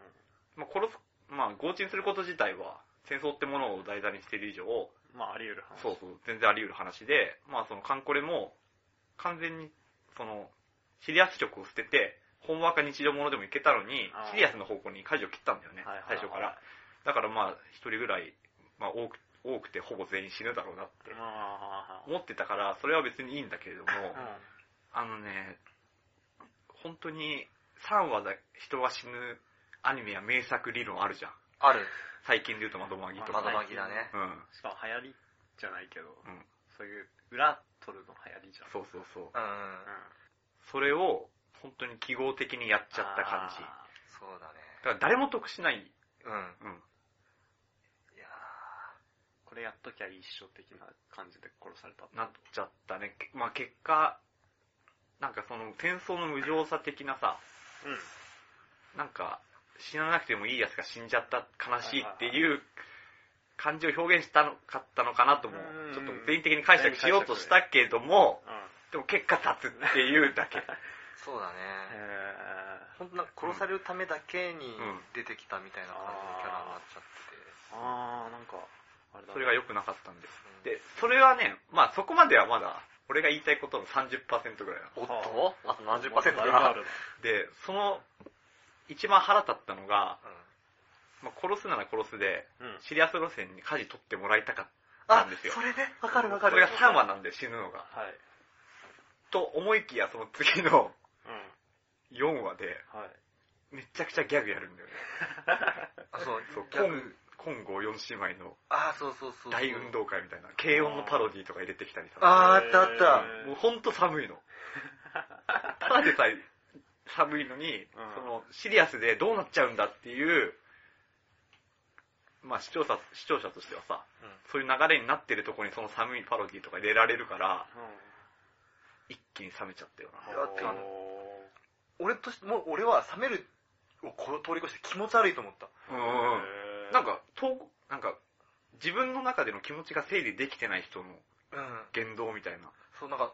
強沈すること自体は、戦争ってものを題材にしている以上、 あり得る話。 そう、全然あり得る話で、そのカンコレも、完全に、シリアス色を捨てて、ほんわか日常ものでもいけたのに、シリアスの方向に舵を切ったんだよね、最初から。だから一人ぐらい、多くてほぼ全員死ぬだろうなって思ってたから、それは別にいいんだけれども、本当に3話で人が死ぬアニメや名作理論あるじゃん。 ある。 最近で言うと窓マギとか。 窓マギだね。 しかも流行りじゃないけど、そういう裏取るの流行りじゃん。 そう。それを本当に記号的にやっちゃった感じ。 そうだね。 だから誰も得しない。 これやっときゃ一緒的な感じで殺された。 なっちゃったね。結果、なんかその戦争の無情さ的なさ、なんか死ななくてもいいやつが死んじゃった悲しいっていう感じを表現したのかったのかなとも、ちょっと全員的に解釈しようとしたけども、でも結果雑っていうだけ。 そうだね。本当なんか殺されるためだけに出てきたみたいな感じのキャラになっちゃってて。 なんか、 それが良くなかったんです。で、それはね、そこまではまだ、俺が言いたいことの 30% ぐらいなの。 おっとあと何十%だ。 で、一番腹立ったのが、殺すなら殺すで、シリアス路線に舵取ってもらいたかったんですよ。 それね、わかる。 それが3話なんで死ぬのが。と思いきや、その次の4話で、めちゃくちゃギャグやるんだよね。金剛4姉妹の大運動会みたいな、軽音のパロディとか入れてきたりさ。 あった。 もうほんと寒いの。ただでさえ寒いのに、シリアスでどうなっちゃうんだっていう、視聴者としてはさ、そういう流れになってるところにその寒いパロディとか入れられるから、一気に冷めちゃったよな。 俺は冷めるを通り越して気持ち悪いと思った。 なんか自分の中での気持ちが整理できてない人の言動みたいな。 そう、なんか、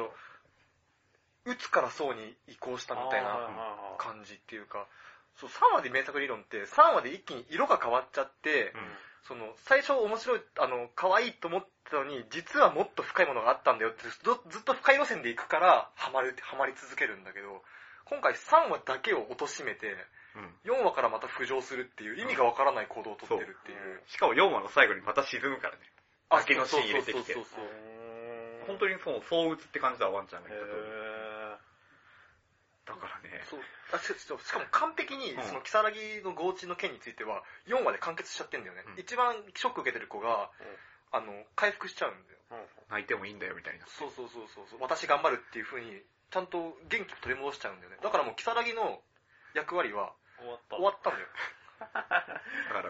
鬱から層に移行したみたいな感じっていうか、3話で名作理論って3話で一気に色が変わっちゃって、最初面白い、可愛いと思ったのに、実はもっと深いものがあったんだよって、ずっと深い路線で行くからハマり続けるんだけど、今回3話だけを貶めて、4話からまた浮上するっていう意味がわからない行動をとってるっていう。 しかも4話の最後にまた沈むからね。崖のシーン入れてきて。本当にそう打つって感じだわ、ワンちゃんが言った通り。だからね。 しかも完璧に、その、如月の強沈の件については、4話で完結しちゃってんだよね。一番ショック受けてる子が、回復しちゃうんだよ。 泣いてもいいんだよ、みたいな。 そう。私頑張るっていう風に、ちゃんと元気を取り戻しちゃうんだよね。だからもう、如月の役割は、終わったんだよ。 だから、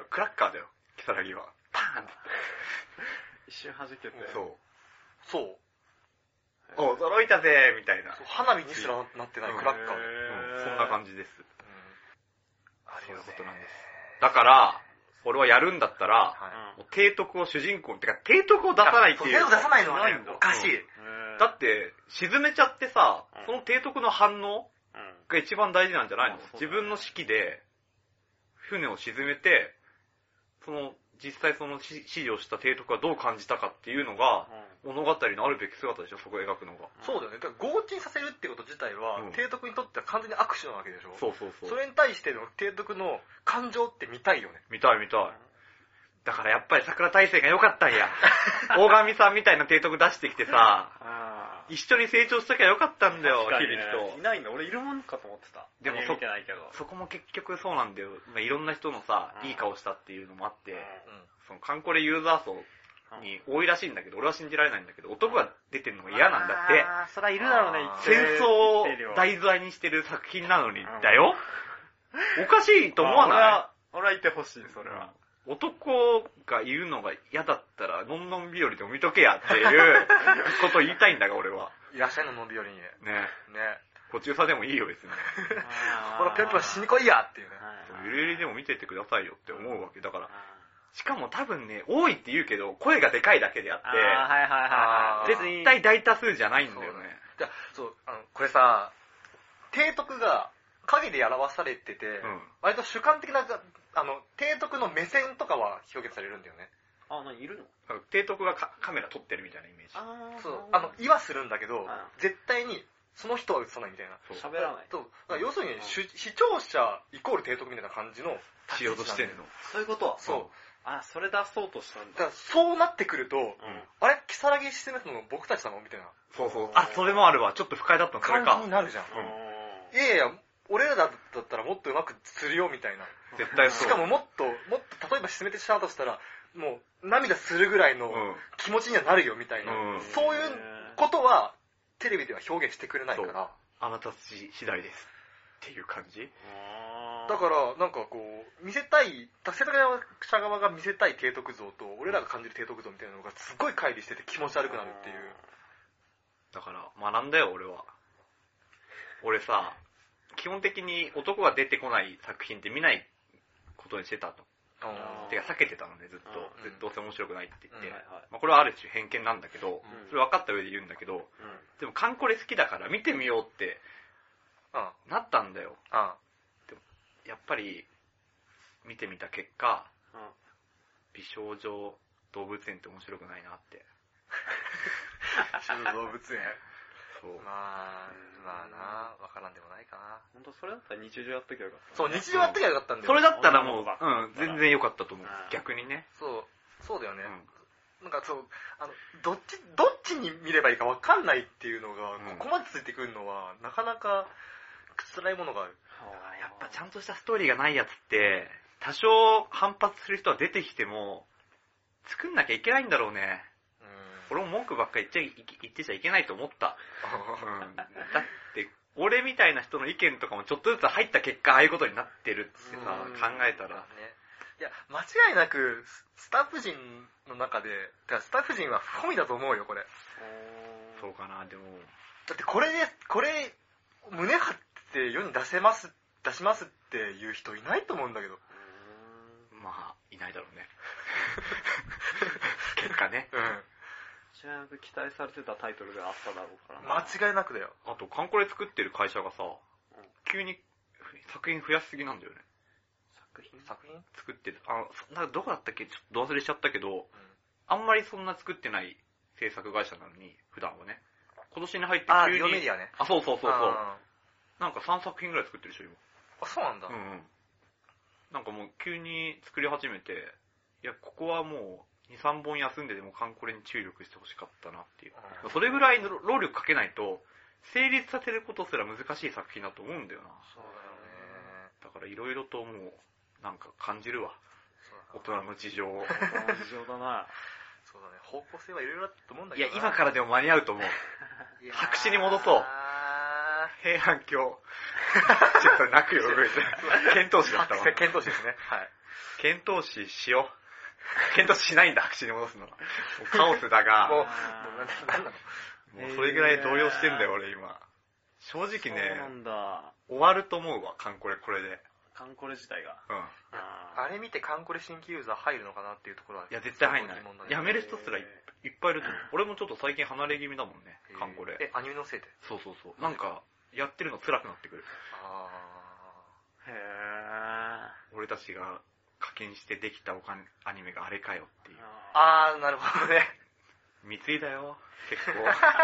クラッカーだよ、如月は。パーンって。 一瞬弾けて。 そう。 驚いたぜみたいな。 花火にすらなってないクラッカー。 そんな感じです。そういうことなんです。だから、俺はやるんだったら、提督を主人公、てか提督を出さないっていう。 提督出さないのはね、おかしい。 だって、沈めちゃってさ、その提督の反応が一番大事なんじゃないの？自分の指揮で、船を沈めて、実際その指示をした提督がどう感じたかっていうのが、物語のあるべき姿でしょ、そこを描くのが。 そうだよね。だから強沈させるってこと自体は、提督にとっては完全に握手なわけでしょ。 そう。 それに対しての提督の感情って見たいよね。 見たい。だからやっぱり桜大戦が良かったんや。大神さんみたいな提督出してきてさ、一緒に成長しときゃ良かったんだよ、響と。 いないんだ、俺いるもんかと思ってた。 でもそこも結局そうなんだよ。いろんな人のさ、いい顔したっていうのもあって、そのカンコレユーザー層に多いらしいんだけど、俺は信じられないんだけど、男が出てるのが嫌なんだって。 そりゃいるだろうね、 戦争を題材にしてる作品なのに、だよ。おかしいと思わない？ 俺はいてほしい、それは。 男がいるのが嫌だったら、のんのん日和でも見とけやっていうことを言いたいんだが、俺は。 いらっしゃいののんびよりに。ね。 こちゅうさでもいいよ、別に。 これぴょんぴょんしに来いやっていうね。 ゆるゆりでも見ててくださいよって思うわけ。だから、しかも多分ね、多いって言うけど、声がでかいだけであって、絶対大多数じゃないんだよね。 じゃそう、これさ、提督が影で表されてて、割と主観的な、提督の目線とかは表現されるんだよね。 いるの？ 提督がカメラ撮ってるみたいなイメージ。 そう、言わするんだけど、絶対にその人は映さないみたいな。 喋らない。 要するに、視聴者イコール提督みたいな感じのしようとしてんの。 そういうことは。 そう。 それ出そうとしたんだ。 だからそうなってくると、あれ、如月システムの僕たちなのみたいな。 そうそう。それもあるわ。ちょっと不快だったの、それか。 感じになるじゃん。いやいや、俺らだったらもっとうまくするよみたいな。 絶対そう。 しかももっと、例えば進めてしまうとしたら、もう涙するぐらいの気持ちにはなるよみたいな。そういうことは、テレビでは表現してくれないから。 あなた次第です。っていう感じ？ だから、なんかこう、見せたい、制作者側が見せたい提督像と、俺らが感じる提督像みたいなのがすごい乖離してて気持ち悪くなるっていう。 だから、学んだよ、俺は。俺さ、基本的に男が出てこない作品って見ないことにしてたと。てか避けてたのでずっと、どうせ面白くないって言って、これはある種偏見なんだけど、それ分かった上で言うんだけど、でもカンコレ好きだから見てみようってなったんだよ。でもやっぱり見てみた結果、美少女動物園って面白くないなって。 美少女動物園そう。 まあな、わからんでもないかな。 本当それだったら日常やっときゃよかった。 そう、日常やっときゃよかったんだよ。 それだったらもう、全然よかったと思う。逆にね。 そうだよね。なんかそう、どっちに見ればいいかわかんないっていうのが、ここまでついてくるのは、なかなか辛いものがある。 やっぱちゃんとしたストーリーがないやつって、多少反発する人は出てきても、作んなきゃいけないんだろうね。俺も文句ばっかり言ってちゃいけないと思った。だって、俺みたいな人の意見とかもちょっとずつ入った結果、ああいうことになってるってさ、考えたら。 いや、間違いなく、スタッフ陣の中で、スタッフ陣は不本意だと思うよ、これ。 そうかな、でも。 だってこれ、胸張って世に出しますっていう人いないと思うんだけど。 まあ、いないだろうね。結果ね。 間違いなく期待されてたタイトルであっただろうからな。間違いなくだよ。 あと、カンコレ作ってる会社がさ、急に作品増やしすぎなんだよね。 作品作ってる。なんかどこだったっけちょっとど忘れしちゃったけど、あんまりそんな作ってない制作会社なのに、普段はね。今年に入って急に。 リオメディアね。 そう。なんか3作品ぐらい作ってるでしょ、今。 そうなんだ。 なんかもう急に作り始めて、いや、ここはもう、2、3本休んででもカンコレに注力してほしかったなっていう。それぐらいの労力かけないと、成立させることすら難しい作品だと思うんだよな。 そうだよね。 だからいろいろともう、なんか感じるわ。大人の事情。 大人の事情だな。 そうだね。方向性はいろいろだと思うんだけど。 いや、 今からでも間に合うと思う。白紙に戻そう。平安京。ちょっと泣くよ、動いて。遣唐使だったわ。 遣唐使ですね。はい。 遣唐使しよう。検討しないんだ、白紙に戻すのは。カオスだが、もうなんなのもうそれぐらい動揺してんだよ、俺今。正直ね、終わると思うわ、カンコレこれで。 カンコレ自体が。 あれ見てカンコレ新規ユーザー入るのかなっていうところは。 いや、絶対入んない。やめる人すらいっぱいいると思う。俺もちょっと最近離れ気味だもんね、カンコレ。 アニメのせいで。 そう。なんか、やってるの辛くなってくる。俺たちが課金してできたアニメがあれかよっていう。 なるほどね。 貢いだよ、結構。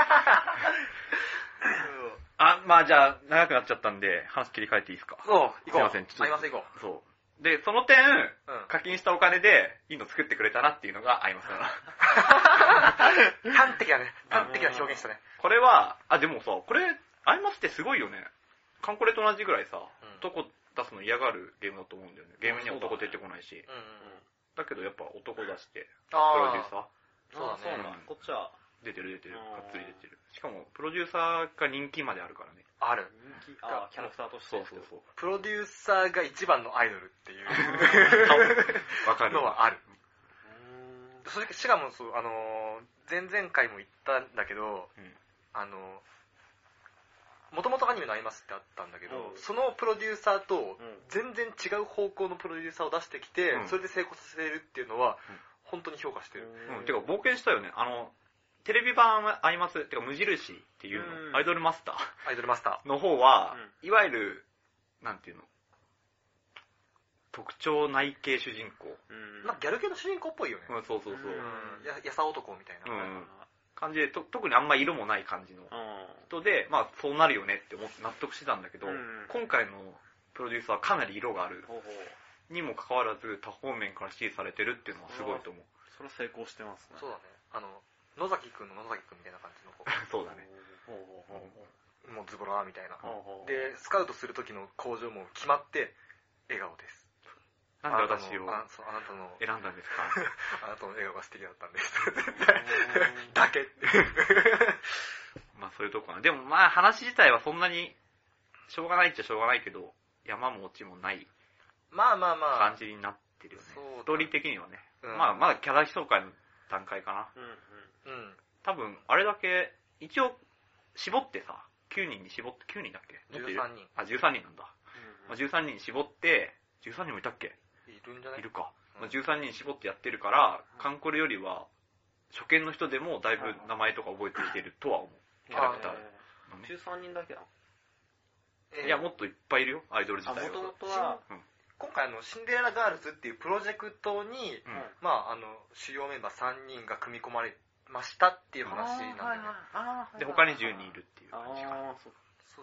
まあじゃあ、長くなっちゃったんで、話切り替えていいですか？ 行こう。 すいません、 行こう。そう。で、その点、課金したお金で、いいの作ってくれたなっていうのが合いますから。 端的な表現したね。 これは、でもさ、これ、合いますってすごいよね。カンコレと同じぐらいさ、男出すの嫌がるゲームだと思うんだよね。ゲームには男出てこないし。だけどやっぱ男出して、プロデューサー。 そうなの。こっちは出てる。がっつり出てる。しかも、プロデューサーが人気まであるからね。 ある。 人気キャラクターとして。 そう。 プロデューサーが一番のアイドルっていうわかるのはある。それしかもそう、前々回も言ったんだけど、もともとアニメのアイマスってあったんだけど、そのプロデューサーと全然違う方向のプロデューサーを出してきて、それで成功させるっていうのは、本当に評価してる。 てか冒険したよね。 テレビ版アイマス、てか無印っていうの、アイドルマスタアイドルマスターの方は、いわゆる、なんていうの、特徴ない系主人公。 なんかギャル系の主人公っぽいよね。 そうそうそう。 やさ男みたいな。 感じで、特にあんま色もない感じの人で、まあそうなるよねって納得してたんだけど、今回のプロデューサーはかなり色があるにもかかわらず多方面から支持されてるっていうのはすごいと思う。 それは成功してますね。 そうだね。野崎くんの野崎くんみたいな感じの子。 そうだね。 もうズボラーみたいな。で、スカウトする時の工場も決まって笑顔です。 なんで私をあなたの選んだんですか？ あなたの笑顔が素敵だったんです。だけ。 まあそういうとこかな。でもまあ話自体はそんなにしょうがないっちゃしょうがないけど、山も落ちもない感じになってるよね。ストーリー的にはね。まあまだキャラ紹介の段階かな。多分あれだけ一応絞ってさ、9人に絞って9人だっけ ？13人。 あ、13人なんだ。13人絞って、13人もいたっけ？ いるんじゃない？ いるか。13人絞ってやってるから、カンコレよりは、初見の人でもだいぶ名前とか覚えてきてるとは思う。キャラクター。 13人だけだ。 いや、もっといっぱいいるよ、アイドル自体は。 もともとは、 今回シンデレラガールズっていうプロジェクトに、まあ、主要メンバー3人が組み込まれましたっていう話なんだよね。 で、他に10人いるっていう感じかな。 そう。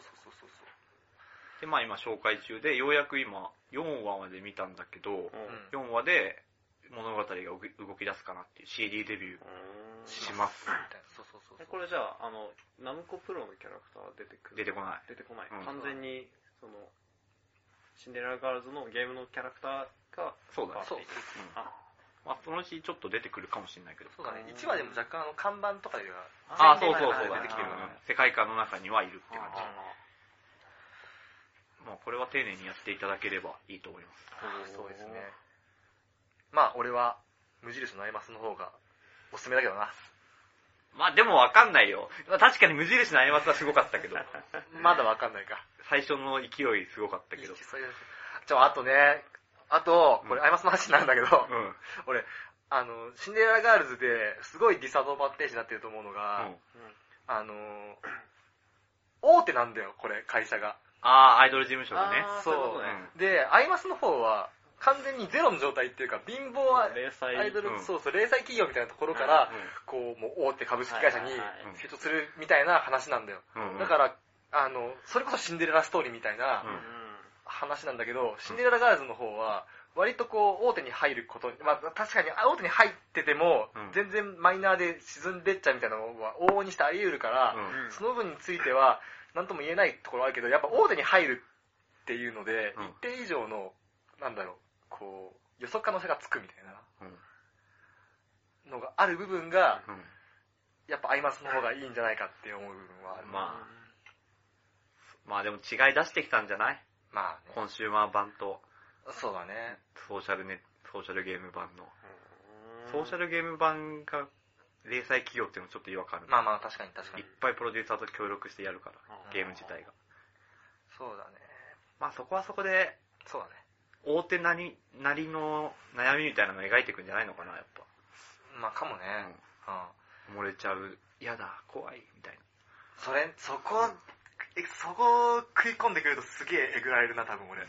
で、まあ今紹介中で、ようやく今、4話まで見たんだけど、4話で物語が動き出すかなっていう CD デビューします。みたいな。 そう。 これじゃあ、ナムコプロのキャラクター出てくる？ 出てこない。 完全に、シンデレラガールズのゲームのキャラクターが、 そうだね。まあ、そのうちちょっと出てくるかもしれないけど。 そうだね。1話でも若干看板とかでは、 そう出てきてる世界観の中にはいるって感じ。まあ、これは丁寧にやっていただければいいと思います。 そうですね。まあ、俺は、無印のアイマスの方がおすすめだけどな。 まあ、でもわかんないよ。確かに無印のアイマスはすごかったけど。 まだわかんないか。 最初の勢いすごかったけど。 あとね、これアイマスの話なんだけど、俺、シンデレラガールズですごいディスアドバンテージになってると思うのが、大手なんだよ、これ、会社が。 アイドル事務所がね。 そう。で、アイマスの方は、完全にゼロの状態っていうか、貧乏アイドル、零細企業みたいなところから、もう大手株式会社に成長するみたいな話なんだよ。だから、それこそシンデレラストーリーみたいな話なんだけど、シンデレラガールズの方は、割と大手に入ることに、まあ確かに大手に入ってても、全然マイナーで沈んでっちゃうみたいなのは往々にしてあり得るから、その分については、なんとも言えないところはあるけど、やっぱ大手に入るっていうので、一定以上の、予測可能性がつくみたいなのがある部分が、やっぱアイマスの方がいいんじゃないかって思う部分はある。 まあでも違い出してきたんじゃない？ まあね。 コンシューマー版と。 そうだね。 ソーシャルゲーム版の。ソーシャルゲーム版が零細企業っていうのもちょっと違和感ある。 まあ確かに。 いっぱいプロデューサーと協力してやるから、ゲーム自体が。 そうだね。 まあそこはそこで、 そうだね。 大手なりの悩みみたいなのを描いていくんじゃないのかな、やっぱ。 まあかもね。 漏れちゃう。嫌だ、怖い、みたいな。 そこ食い込んでくるとすげええぐられるな、多分俺。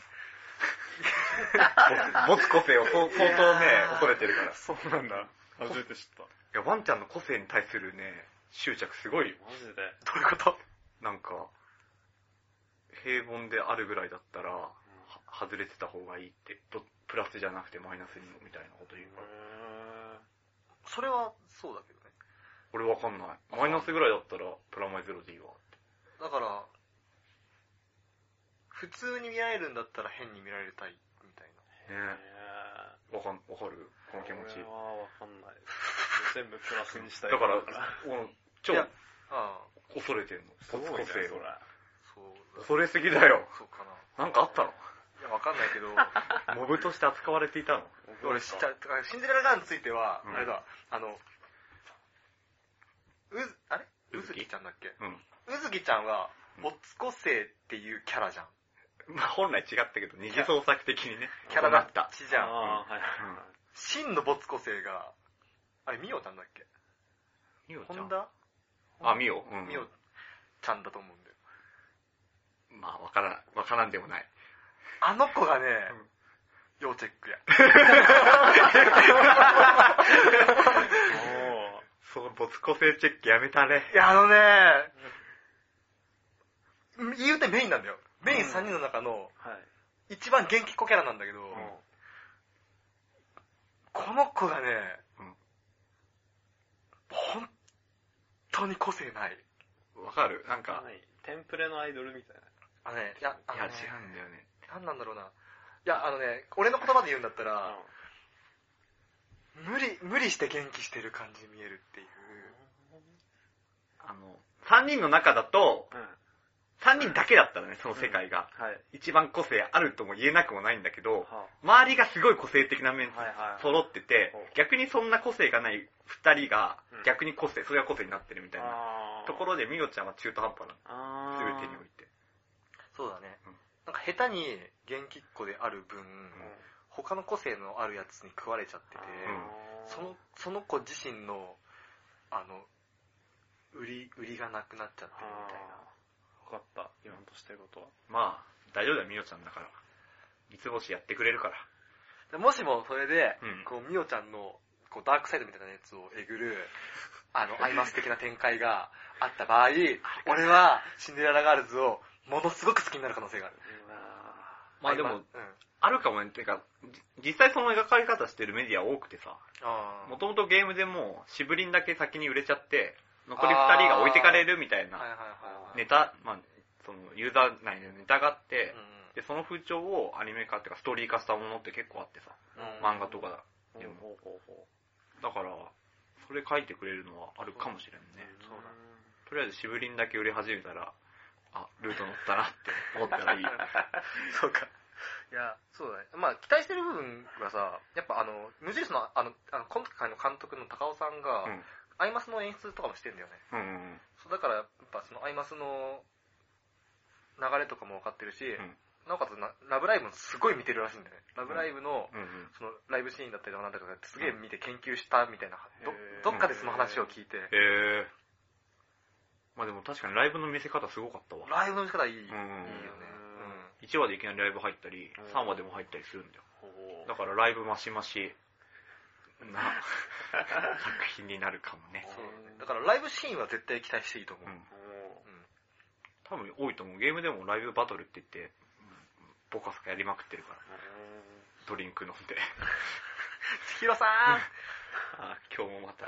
持つ個性を相当ね、恐れてるから。 そうなんだ。初めて知った。 いや、ワンちゃんの個性に対するね、執着すごいよ。 マジで。 どういうこと？ なんか、平凡であるぐらいだったら、外れてた方がいいって、プラスじゃなくてマイナスにもみたいなこと言うから。 それはそうだけどね。 俺わかんない。マイナスぐらいだったらプラマイゼロでいいわって。 だから、普通に見られるんだったら変に見られたいみたいな。ねえ。わかるこの気持ち。 俺はわかんない。全部プラスにしたい。 だから、超、恐れてんの。 個性を。 恐れすぎだよ。 そうかな。なんかあったの？ いや、わかんないけど。 モブとして扱われていたの？ 俺シンデレラガールについては、あれだ、うずきちゃんだっけ？うずきちゃんは、没個性っていうキャラじゃん。 まあ本来違ったけど、二次創作的にね。 キャラだったじゃん。真の没個性が、あれ、みおちゃんだっけ？ みおちゃん。 本田あ、みお。 みおちゃんだと思うんだよ。 まあ、わからんでもない。 あの子がね、要チェックや。 その没個性チェックやめたね。 いや、言うてメインなんだよ。メイン3人の中の、一番元気っ子キャラなんだけど、この子がね、本当に個性ない。 わかる？なんか、 テンプレのアイドルみたいな。 いや、違うんだよね。 なんなんだろうな。いや、俺の言葉で言うんだったら、無理して元気してる感じに見えるっていう。 3人の中だと、3人だけだったらね、その世界が。一番個性あるとも言えなくもないんだけど、周りがすごい個性的な面揃ってて、逆にそんな個性がない2人が、逆にそれが個性になってるみたいなところで、みおちゃんは中途半端な。すべてにおいて。 そうだね。なんか下手に元気っ子である分、他の個性のあるやつに食われちゃってて、その子自身の、売りがなくなっちゃってるみたいな。 分かった、言わんとしてることは。 まあ、大丈夫だよ、みおちゃんだから。三つ星やってくれるから。 もしもそれで、みおちゃんの、ダークサイドみたいなやつをえぐる、アイマス的な展開があった場合、俺はシンデレラガールズをものすごく好きになる可能性がある。 まあでも、あるかもね。てか、実際その描かれ方してるメディア多くてさ、もともとゲームでもう、しぶりんだけ先に売れちゃって、残り2人が置いてかれるみたいなネタ、まあ、そのユーザー内でネタがあって、で、その風潮をアニメ化っていうかストーリー化したものって結構あってさ、漫画とかでも。だから、それ書いてくれるのはあるかもしれんね。とりあえずしぶりんだけ売れ始めたら、ルート乗ったなって思ったらいい。 そうか。いや、そうだね。まあ、期待してる部分がさ、やっぱ無印の、今回の監督の高尾さんが、アイマスの演出とかもしてんだよね。そうだから、やっぱそのアイマスの流れとかも分かってるし、なおかつラブライブもすごい見てるらしいんだよね。ラブライブの、そのライブシーンだったりとかなんだかってすげえ見て研究したみたいな、どっかでその話を聞いて。 まあでも確かにライブの見せ方すごかったわ。 ライブの見せ方いいよね。 1話でいきなりライブ入ったり、3話でも入ったりするんだよ。だからライブマシマシな作品になるかもね。 だからライブシーンは絶対期待していいと思う。 多分多いと思う。ゲームでもライブバトルって言って、ボカスカやりまくってるから。ドリンク飲んで。 千尋さん今日もまた。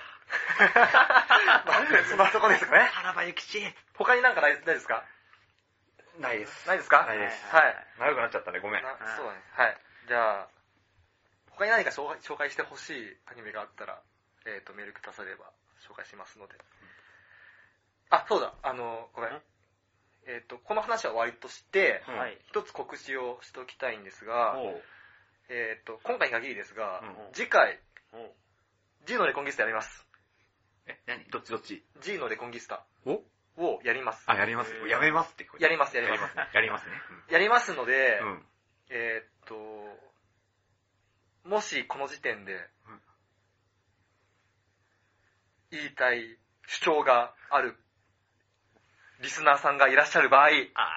そんなとこですかね。 原場ゆきち。 他になんかないですか？ ないです。 ないですか？ ないです。 はい。 長くなっちゃったね、ごめん。 そうだね。はい。じゃあ、他に何か紹介してほしいアニメがあったら、メールくだされば紹介しますので。そうだ、ごめん。この話は終わりとして、一つ告知をしておきたいんですが、今回に限りですが、次回、G のレコンギスタやります。 何？どっち？ G のレコンギスタをやります。 やります。やめますって。 やります。 やりますね。 やりますので、もしこの時点で、言いたい主張があるリスナーさんがいらっしゃる場合、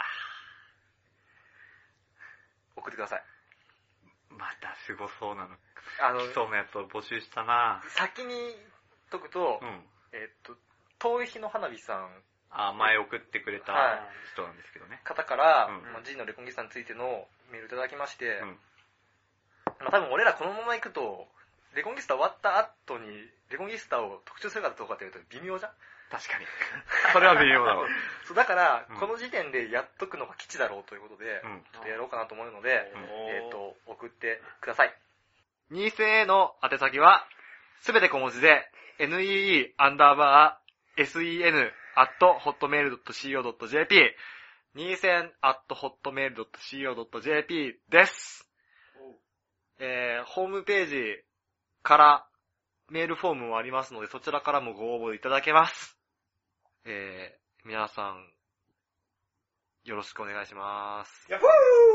送ってください。 またすごそうなの。来そうなやつを募集したな。 先に解くと、遠い日の花火さん。 前送ってくれた人なんですけどね。 方から、G のレコンギスタについてのメールいただきまして、多分俺らこのまま行くと、レコンギスタ終わった後に、レコンギスタを特集するかどうかっていうと微妙じゃん？ 確かに。それは微妙だわ。 そう、だから、この時点でやっとくのが基地だろうということで、ちょっとやろうかなと思うので、送ってください。ニーセへの宛先は、すべて小文字で、nee_sen@hotmail.co.jp、2000@hotmail.co.jp です。ホームページからメールフォームもありますので、そちらからもご応募いただけます。皆さん、よろしくお願いします。 ヤッホー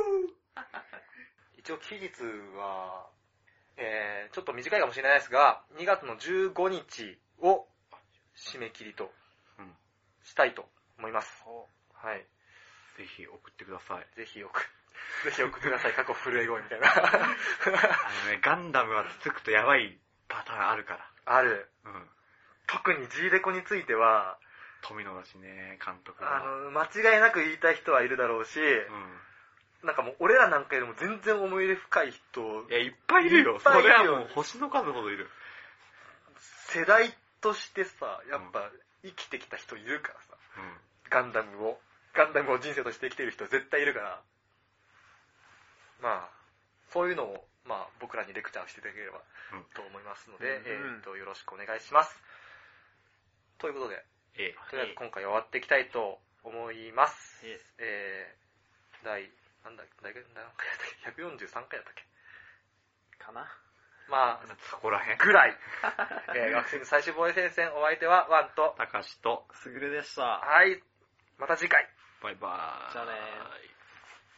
一応期日は、ちょっと短いかもしれないですが、2月の15日を締め切りとうん。 したいと思います。はい。 ぜひ送ってください。 ぜひ送ってください。過去震え声みたいな。 ガンダムはつつくとやばいパターンあるから。 ある。 うん。 特に G レコについては、 富野だしね、監督は。 間違いなく言いたい人はいるだろうし、なんかもう俺らなんかよりも全然思い入れ深い人、 いや、いっぱいいるよ。 いっぱいいるよそれはもう星の数ほどいる。 世代としてさ、やっぱ生きてきた人いるからさ、ガンダムを人生として生きている人絶対いるから、まあ、そういうのを、まあ、僕らにレクチャーしていただければと思いますので、よろしくお願いします。ということで、とりあえず今回終わっていきたいと思います。第何回だったっけ ?143 回だったっけかな。 まあ、そこらへんぐらい。学生の最終防衛戦線、お相手はワンとたかしとすぐるでした。 はい、また次回。 バイバーイ。 じゃあねー。